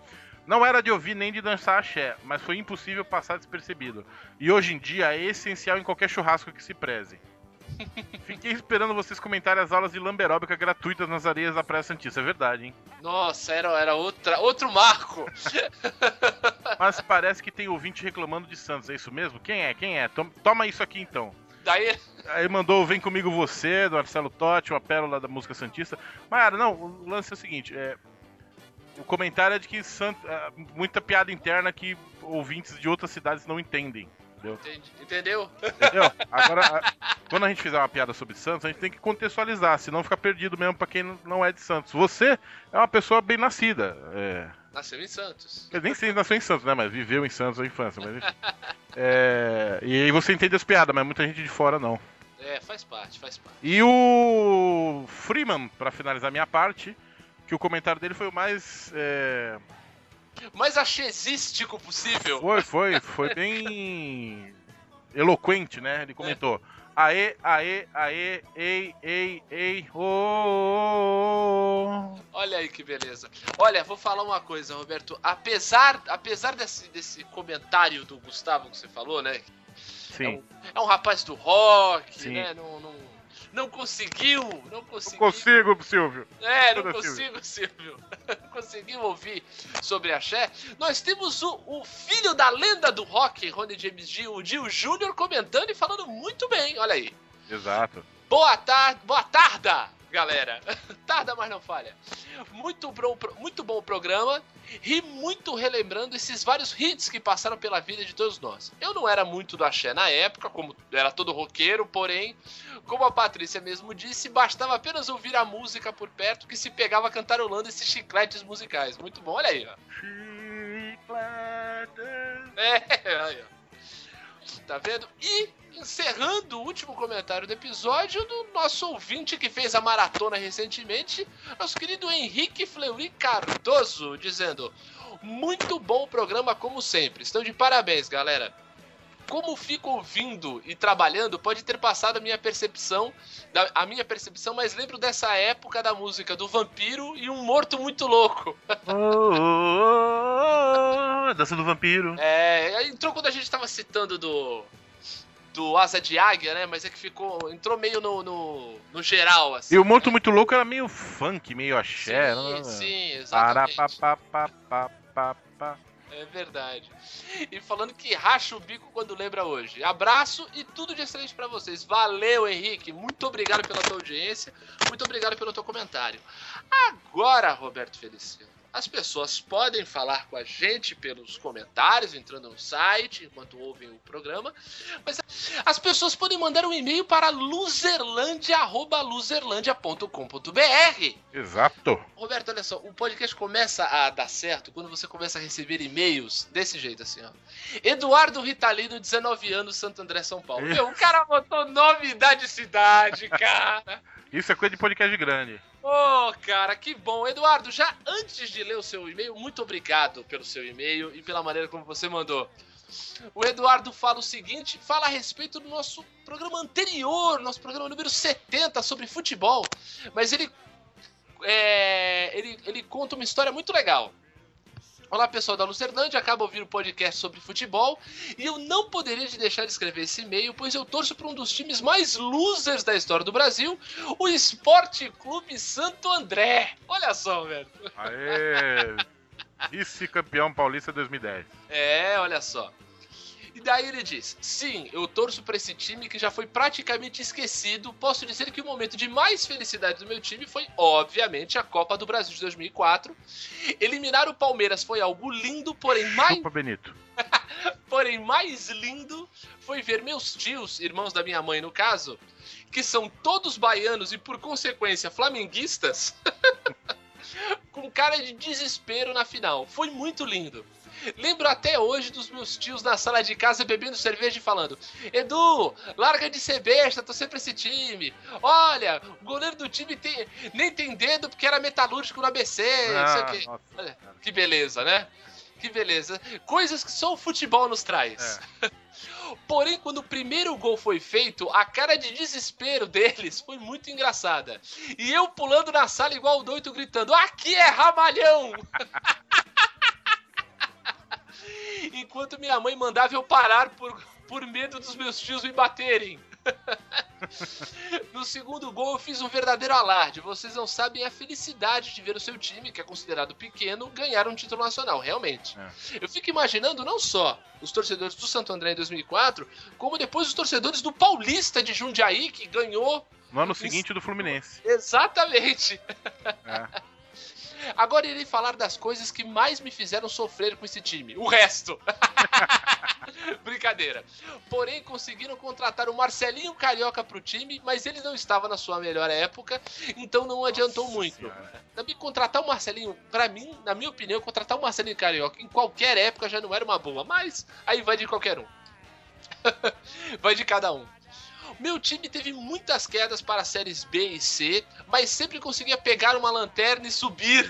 Não era de ouvir nem de dançar axé, mas foi impossível passar despercebido. E hoje em dia é essencial em qualquer churrasco que se preze. Fiquei esperando vocês comentarem as aulas de lamberóbica gratuitas nas areias da Praia Santista. É verdade, hein?
Nossa, era, era outra, outro marco.
Mas parece que tem ouvinte reclamando de Santos, é isso mesmo? Quem é? Quem é? Toma, toma isso aqui então.
Daí...
Aí mandou Vem Comigo Você, do Marcelo Totti, uma pérola da música santista. Mas, não, o lance é o seguinte, é... O comentário é de que Sant... muita piada interna que ouvintes de outras cidades não entendem. Entendeu?
Entendeu?
Entendeu? Agora, quando a gente fizer uma piada sobre Santos, a gente tem que contextualizar, senão fica perdido mesmo pra quem não é de Santos. Você é uma pessoa bem nascida. É...
Nasceu em Santos.
Eu nem sei se nasceu em Santos, né? Mas viveu em Santos a infância. Mas... é... E aí você entende as piadas, mas muita gente de fora não.
É, faz parte, faz parte.
E o Freeman, pra finalizar minha parte, que o comentário dele foi o mais... É...
mais achesístico possível.
Foi, foi, foi bem eloquente, né? Ele comentou: aê, aê, aê, ei, ei, ei, ô, oh, oh.
Olha aí que beleza. Olha, vou falar uma coisa, Roberto. Apesar, apesar desse, desse comentário do Gustavo que você falou, né?
Sim.
É um, é um rapaz do rock,
Sim.
né? Não, não, não conseguiu, não conseguiu.
Não consigo, Silvio.
É, não
Toda
consigo, Silvio. Não conseguiu ouvir sobre axé. Nós temos o, o filho da lenda do rock, Ronnie James Dio, o Dio Júnior, comentando e falando muito bem. Olha aí.
Exato.
Boa tarde, boa tarde, galera. Tarda, mas não falha. Muito bom, muito bom o programa. Ri muito relembrando esses vários hits que passaram pela vida de todos nós. Eu não era muito do axé na época, como era todo roqueiro, porém, como a Patrícia mesmo disse, bastava apenas ouvir a música por perto que se pegava cantarolando esses chicletes musicais. Muito bom, olha aí, ó.
Chicletes.
É, aí, ó. Tá vendo? E encerrando o último comentário do episódio do nosso ouvinte que fez a maratona recentemente, nosso querido Henrique Fleury Cardoso, dizendo: muito bom o programa como sempre, estão de parabéns, galera. Como fico ouvindo e trabalhando, pode ter passado a minha percepção, a minha percepção, mas lembro dessa época da música do vampiro e um morto muito louco.
Oh, oh, oh, dança do vampiro.
É, entrou quando a gente tava citando do do Asa de Águia, né? Mas é que ficou, entrou meio no, no, no geral, assim.
E o morto muito louco era meio funk, meio axé.
Sim,
não?
sim, exatamente.
Arapapapapapapá.
É verdade. E falando que racha o bico quando lembra hoje. Abraço e tudo de excelente pra vocês. Valeu, Henrique. Muito obrigado pela tua audiência. Muito obrigado pelo teu comentário. Agora, Roberto Feliciano, as pessoas podem falar com a gente pelos comentários, entrando no site, enquanto ouvem o programa. Mas as pessoas podem mandar um e-mail para luzerlandia arroba luzerlandia ponto com ponto b r.
Exato.
Roberto, olha só, o podcast começa a dar certo quando você começa a receber e-mails desse jeito, assim, ó. Eduardo Ritalino, dezenove anos, Santo André, São Paulo. Meu, o cara botou nome, idade e cidade, cara.
Isso é coisa de podcast grande.
Ô, oh, cara, que bom. Eduardo, já antes de ler o seu e-mail, muito obrigado pelo seu e-mail e pela maneira como você mandou. O Eduardo fala o seguinte, fala a respeito do nosso programa anterior, nosso programa número setenta sobre futebol. Mas ele, é, ele, ele conta uma história muito legal. Olá, pessoal da Luzerlândia, acabo ouvindo o podcast sobre futebol e eu não poderia deixar de escrever esse e-mail, pois eu torço para um dos times mais losers da história do Brasil, o Esporte Clube Santo André. Olha só, velho.
Aê! Vice-campeão paulista dois mil e dez.
É, olha só. E daí ele diz: sim, eu torço para esse time que já foi praticamente esquecido. Posso dizer que o momento de mais felicidade do meu time foi, obviamente, a Copa do Brasil de dois mil e quatro. Eliminar o Palmeiras foi algo lindo, porém mais...
Chupa, Benito.
Porém, mais lindo foi ver meus tios, irmãos da minha mãe no caso, que são todos baianos e, por consequência, flamenguistas, com cara de desespero na final. Foi muito lindo. Lembro até hoje dos meus tios na sala de casa bebendo cerveja e falando: Edu, larga de ser besta, tô sempre esse time. Olha, o goleiro do time tem, nem tem dedo porque era metalúrgico no A B C.
Ah,
não sei o quê. Olha, que beleza, né? Que beleza. Coisas que só o futebol nos traz. É. Porém, quando o primeiro gol foi feito, a cara de desespero deles foi muito engraçada. E eu pulando na sala igual o doido gritando: aqui é Ramalhão! enquanto minha mãe mandava eu parar por, por medo dos meus tios me baterem. No segundo gol eu fiz um verdadeiro alarde. Vocês não sabem a felicidade de ver o seu time, que é considerado pequeno, ganhar um título nacional, realmente. É. Eu fico imaginando não só os torcedores do Santo André em dois mil e quatro, como depois os torcedores do Paulista de Jundiaí, que ganhou...
No ano seguinte do Fluminense.
Exatamente.
É.
Agora irei falar das coisas que mais me fizeram sofrer com esse time. O resto. Brincadeira. Porém, conseguiram contratar o Marcelinho Carioca pro time, mas ele não estava na sua melhor época, então não adiantou Nossa muito. Senhora. Também contratar o Marcelinho, pra mim, na minha opinião, contratar o Marcelinho Carioca em qualquer época já não era uma boa, mas aí vai de qualquer um. Vai de cada um. Meu time teve muitas quedas para as séries B e C, mas sempre conseguia pegar uma lanterna e subir.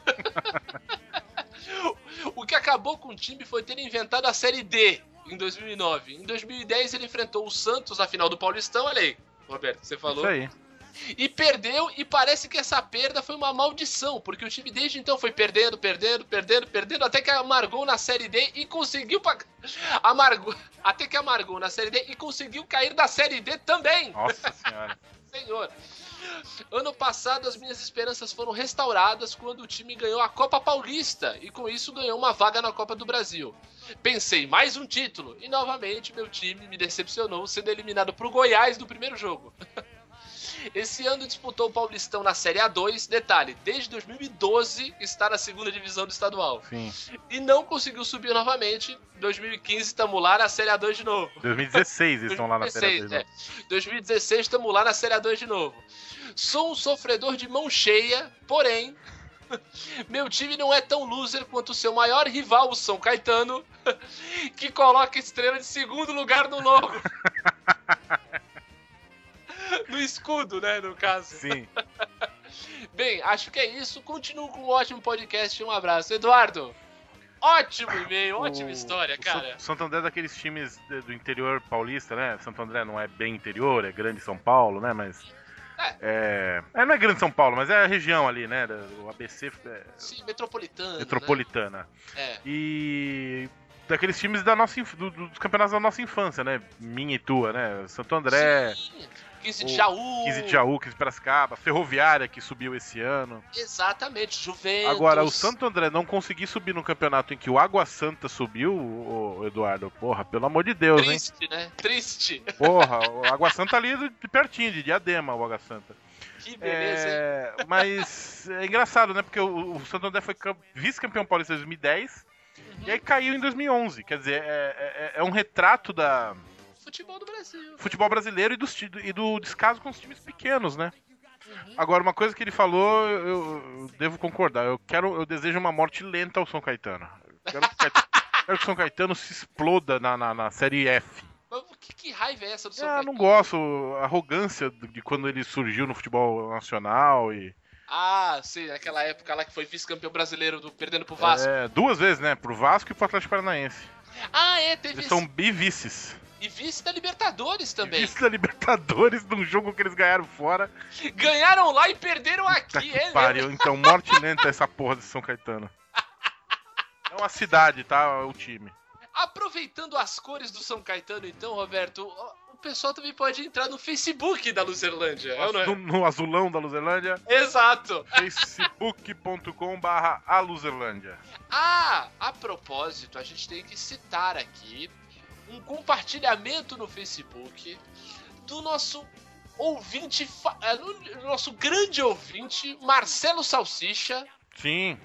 O que acabou com o time foi ter inventado a série D em dois mil e nove. Em dois mil e dez ele enfrentou o Santos na final do Paulistão, olha aí, Roberto, você falou.
Isso aí.
E perdeu, e parece que essa perda foi uma maldição, porque o time desde então foi perdendo, perdendo, perdendo, perdendo, até que amargou na Série D e conseguiu... Pag... Amargou... Até que amargou na Série D e conseguiu cair da Série D também.
Nossa Senhora.
Senhor. Ano passado as minhas esperanças foram restauradas quando o time ganhou a Copa Paulista e com isso ganhou uma vaga na Copa do Brasil. Pensei, mais um título, e novamente meu time me decepcionou sendo eliminado pro Goiás no primeiro jogo. Esse ano disputou o Paulistão na Série A dois, detalhe, desde dois mil e doze está na segunda divisão do estadual.
Sim.
E não conseguiu subir novamente, em dois mil e quinze estamos lá na Série A dois de novo.
dois mil e dezesseis eles estão lá na Série A dois.
É. dois mil e dezesseis estamos lá na Série A dois de novo. Sou um sofredor de mão cheia, porém, meu time não é tão loser quanto o seu maior rival, o São Caetano, que coloca Estrela de segundo lugar no logo. No escudo, né, no caso.
Sim.
Bem, acho que é isso. Continuo com um ótimo podcast. Um abraço. Eduardo, ótimo e-mail, ótima
o,
história, cara.
O Santo André é daqueles times do interior paulista, né? Santo André não é bem interior, é grande São Paulo, né? Mas... É. É, é não é grande São Paulo, mas é a região ali, né? O A B C... É,
Sim, metropolitana.
Metropolitana.
Né? É.
E... daqueles times da nossa, do, dos campeonatos da nossa infância, né? Minha e tua, né? Santo André...
Sim. quinze de Jaú.
quinze de Jaú, quinze de Piracicaba, Ferroviária que subiu esse ano.
Exatamente, Juventus.
Agora, o Santo André não conseguir subir no campeonato em que o Água Santa subiu, o Eduardo, porra, pelo amor de Deus,
Triste,
hein?
Triste, né? Triste.
Porra, o Água Santa ali de pertinho, de Diadema, o Água Santa.
Que beleza,
é, hein? Mas é engraçado, né? Porque o, o Santo André foi vice-campeão paulista em dois mil e dez uhum. e aí caiu em dois mil e onze. Quer dizer, é, é, é um retrato da...
futebol do Brasil.
Futebol brasileiro e, dos, e do descaso com os times pequenos, né? Uhum. Agora, uma coisa que ele falou, eu, eu devo concordar. Eu quero, eu desejo uma morte lenta ao São Caetano. Eu quero que, quero que o São Caetano se exploda na, na, na Série F.
Mas que, que raiva é essa do São
ah,
Caetano?
Não gosto. A arrogância de quando ele surgiu no futebol nacional e...
Ah, sim, naquela época lá que foi vice-campeão brasileiro do, perdendo pro Vasco.
É, duas vezes, né? Pro Vasco e pro Atlético Paranaense.
Ah, é, teve...
Eles são bivices.
E vice da Libertadores também.
E vice da Libertadores num jogo que eles ganharam fora.
Ganharam lá e perderam aqui,
que
é
pariu.
mesmo?
Então, morte lenta essa porra de São Caetano. É uma cidade, tá? O time.
Aproveitando as cores do São Caetano, então, Roberto, o pessoal também pode entrar no Facebook da Luzerlândia, é ou não é?
No, no azulão da Luzerlândia.
Exato.
facebook ponto com barra a Luzerlândia.
Ah, a propósito, a gente tem que citar aqui um compartilhamento no Facebook do nosso ouvinte, do nosso grande ouvinte, Marcelo Salsicha.
Sim.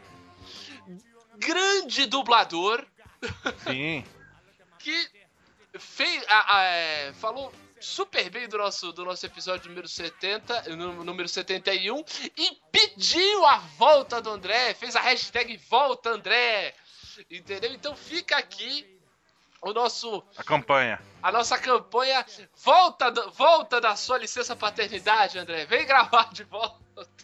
Grande dublador.
Sim.
Que fez, a, a, é, falou super bem do nosso, do nosso episódio número setenta, número setenta e um, e pediu a volta do André, fez a hashtag Volta André, entendeu? Então fica aqui o nosso...
A campanha.
A nossa campanha, volta, do, volta da sua licença paternidade, André, vem gravar de volta.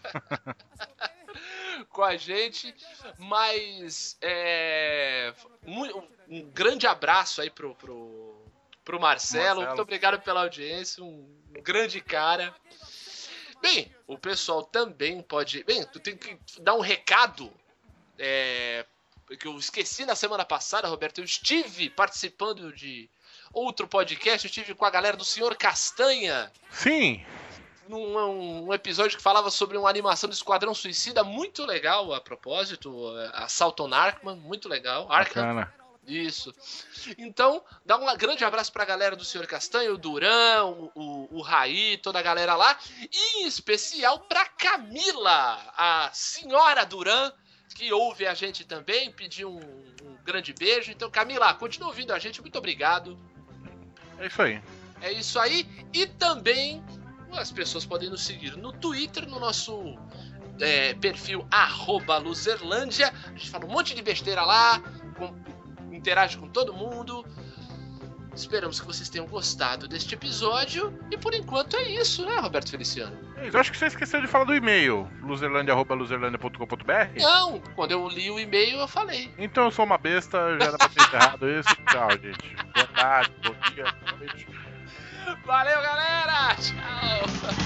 Com a gente, mas é, um, um grande abraço aí pro, pro, pro Marcelo. Marcelo, muito obrigado pela audiência, um grande cara. Bem, o pessoal também pode... Bem, tu tem que dar um recado, é, que eu esqueci na semana passada, Roberto, eu estive participando de outro podcast, eu estive com a galera do senhor Castanha.
Sim.
Num um episódio que falava sobre uma animação do Esquadrão Suicida, muito legal, a propósito, Assalto on Arkham, muito legal. Arkham.
Bacana.
Isso. Então, dá um grande abraço pra galera do senhor Castanha, o Duran, o, o, o Raí, toda a galera lá. E em especial pra Camila, a senhora Duran, que ouve a gente também, pediu um, um grande beijo. Então, Camila, continua ouvindo a gente, muito obrigado.
É isso aí.
É isso aí. E também as pessoas podem nos seguir no Twitter, no nosso é, perfil arroba Luzerlândia. A gente fala um monte de besteira lá, com, interage com todo mundo. Esperamos que vocês tenham gostado deste episódio. E por enquanto é isso, né, Roberto Feliciano?
Eu acho que você esqueceu de falar do e-mail, luzerlandia arroba luzerlandia ponto com ponto b r.
Não, quando eu li o e-mail eu falei.
Então eu sou uma besta, já era pra ter encerrado isso. Tchau, gente. Boa tarde, bom dia, boa noite.
Valeu, galera! Tchau!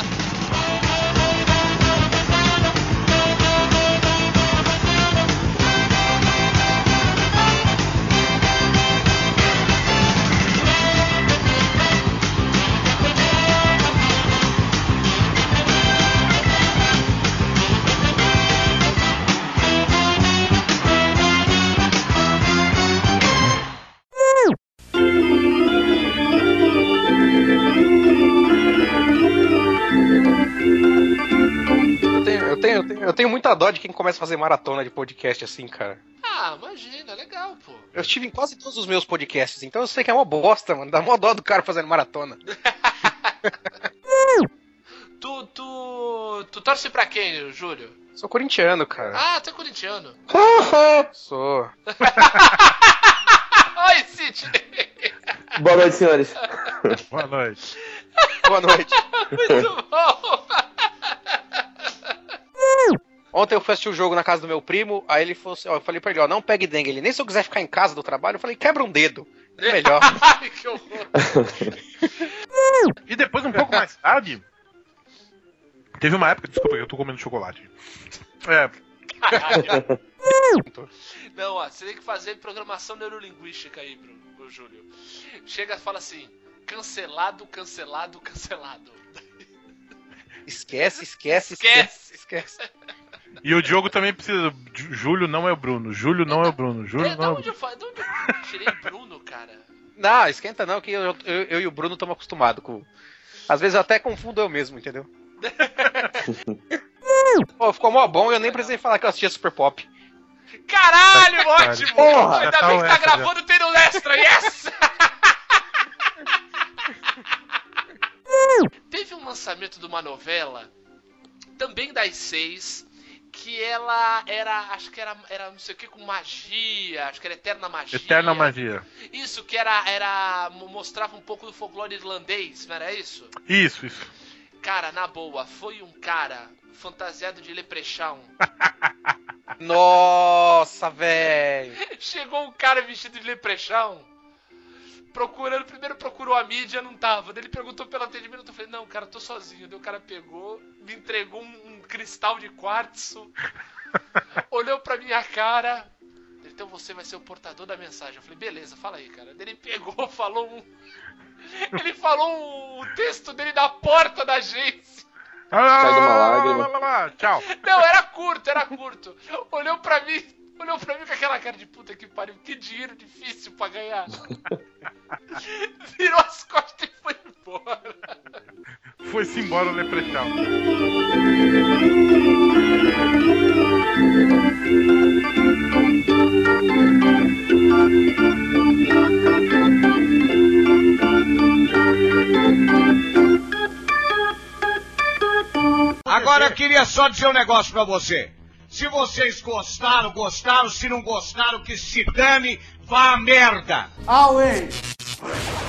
Eu tenho, eu, tenho, eu tenho muita dó de quem começa a fazer maratona de podcast assim, cara.
Ah, imagina, legal, pô.
Eu estive em quase todos os meus podcasts, então eu sei que é uma bosta, mano. Dá mó dó do cara fazendo maratona.
tu, tu, tu torce pra quem, Júlio?
Sou corintiano, cara.
Ah, tu é corintiano.
Sou.
Oi, Sidney.
Boa noite, senhores.
Boa noite.
Boa noite.
Muito bom.
Ontem eu fui assistir o jogo na casa do meu primo, aí ele falou assim, ó, eu falei pra ele, ó, não pegue dengue. Ele, nem se eu quiser ficar em casa do trabalho, eu falei, quebra um dedo. É melhor.
Ai, que horror.
E depois, um pouco mais tarde, teve uma época, desculpa que eu tô comendo chocolate. É.
Não, ó, você tem que fazer programação neurolinguística aí, pro, pro Júlio. Chega e fala assim, cancelado, cancelado, cancelado.
Esquece, esquece,
Esquece,
esquece.
E o Diogo também precisa. Júlio não é o Bruno. Júlio não é o Bruno. Júlio
É,
não é o
de onde eu, fa- de onde eu tirei Bruno, cara?
Não, esquenta não, que eu, eu, eu e o Bruno estamos acostumados com... Às vezes eu até confundo eu mesmo, entendeu? Pô, ficou mó bom e eu nem precisei falar que eu assistia Super Pop.
Caralho, ótimo!
Porra,
Ainda
já
bem
tá
que tá
extra,
gravando, tem no extra, yes! Teve um lançamento de uma novela, também das seis, que ela era, acho que era, era não sei o que, com magia, acho que era Eterna Magia.
Eterna Magia.
Isso, que era, era, mostrava um pouco do folclore irlandês, não era isso?
Isso, isso.
Cara, na boa, foi um cara fantasiado de Leprechaun.
Nossa, velho.
Chegou um cara vestido de Leprechaun, procurando, primeiro procurou a mídia, não tava. Daí ele perguntou pelo atendimento, eu falei, não, cara, tô sozinho. Daí o cara pegou, me entregou um, um cristal de quartzo, olhou pra minha cara, então você vai ser o portador da mensagem. Eu falei, beleza, fala aí, cara. Daí ele pegou, falou um... Ele falou o texto dele na porta da agência.
Cai de uma lágrima.
Tchau.
Não, era curto, era curto. Olhou pra mim, olhou pra mim com aquela cara de puta que pariu, que dinheiro difícil pra ganhar. Virou as costas e foi embora.
Foi-se embora o Leprechaun.
Agora eu queria só dizer um negócio pra você. Se vocês gostaram, gostaram. Se não gostaram, que se dane, vá a merda.
Away!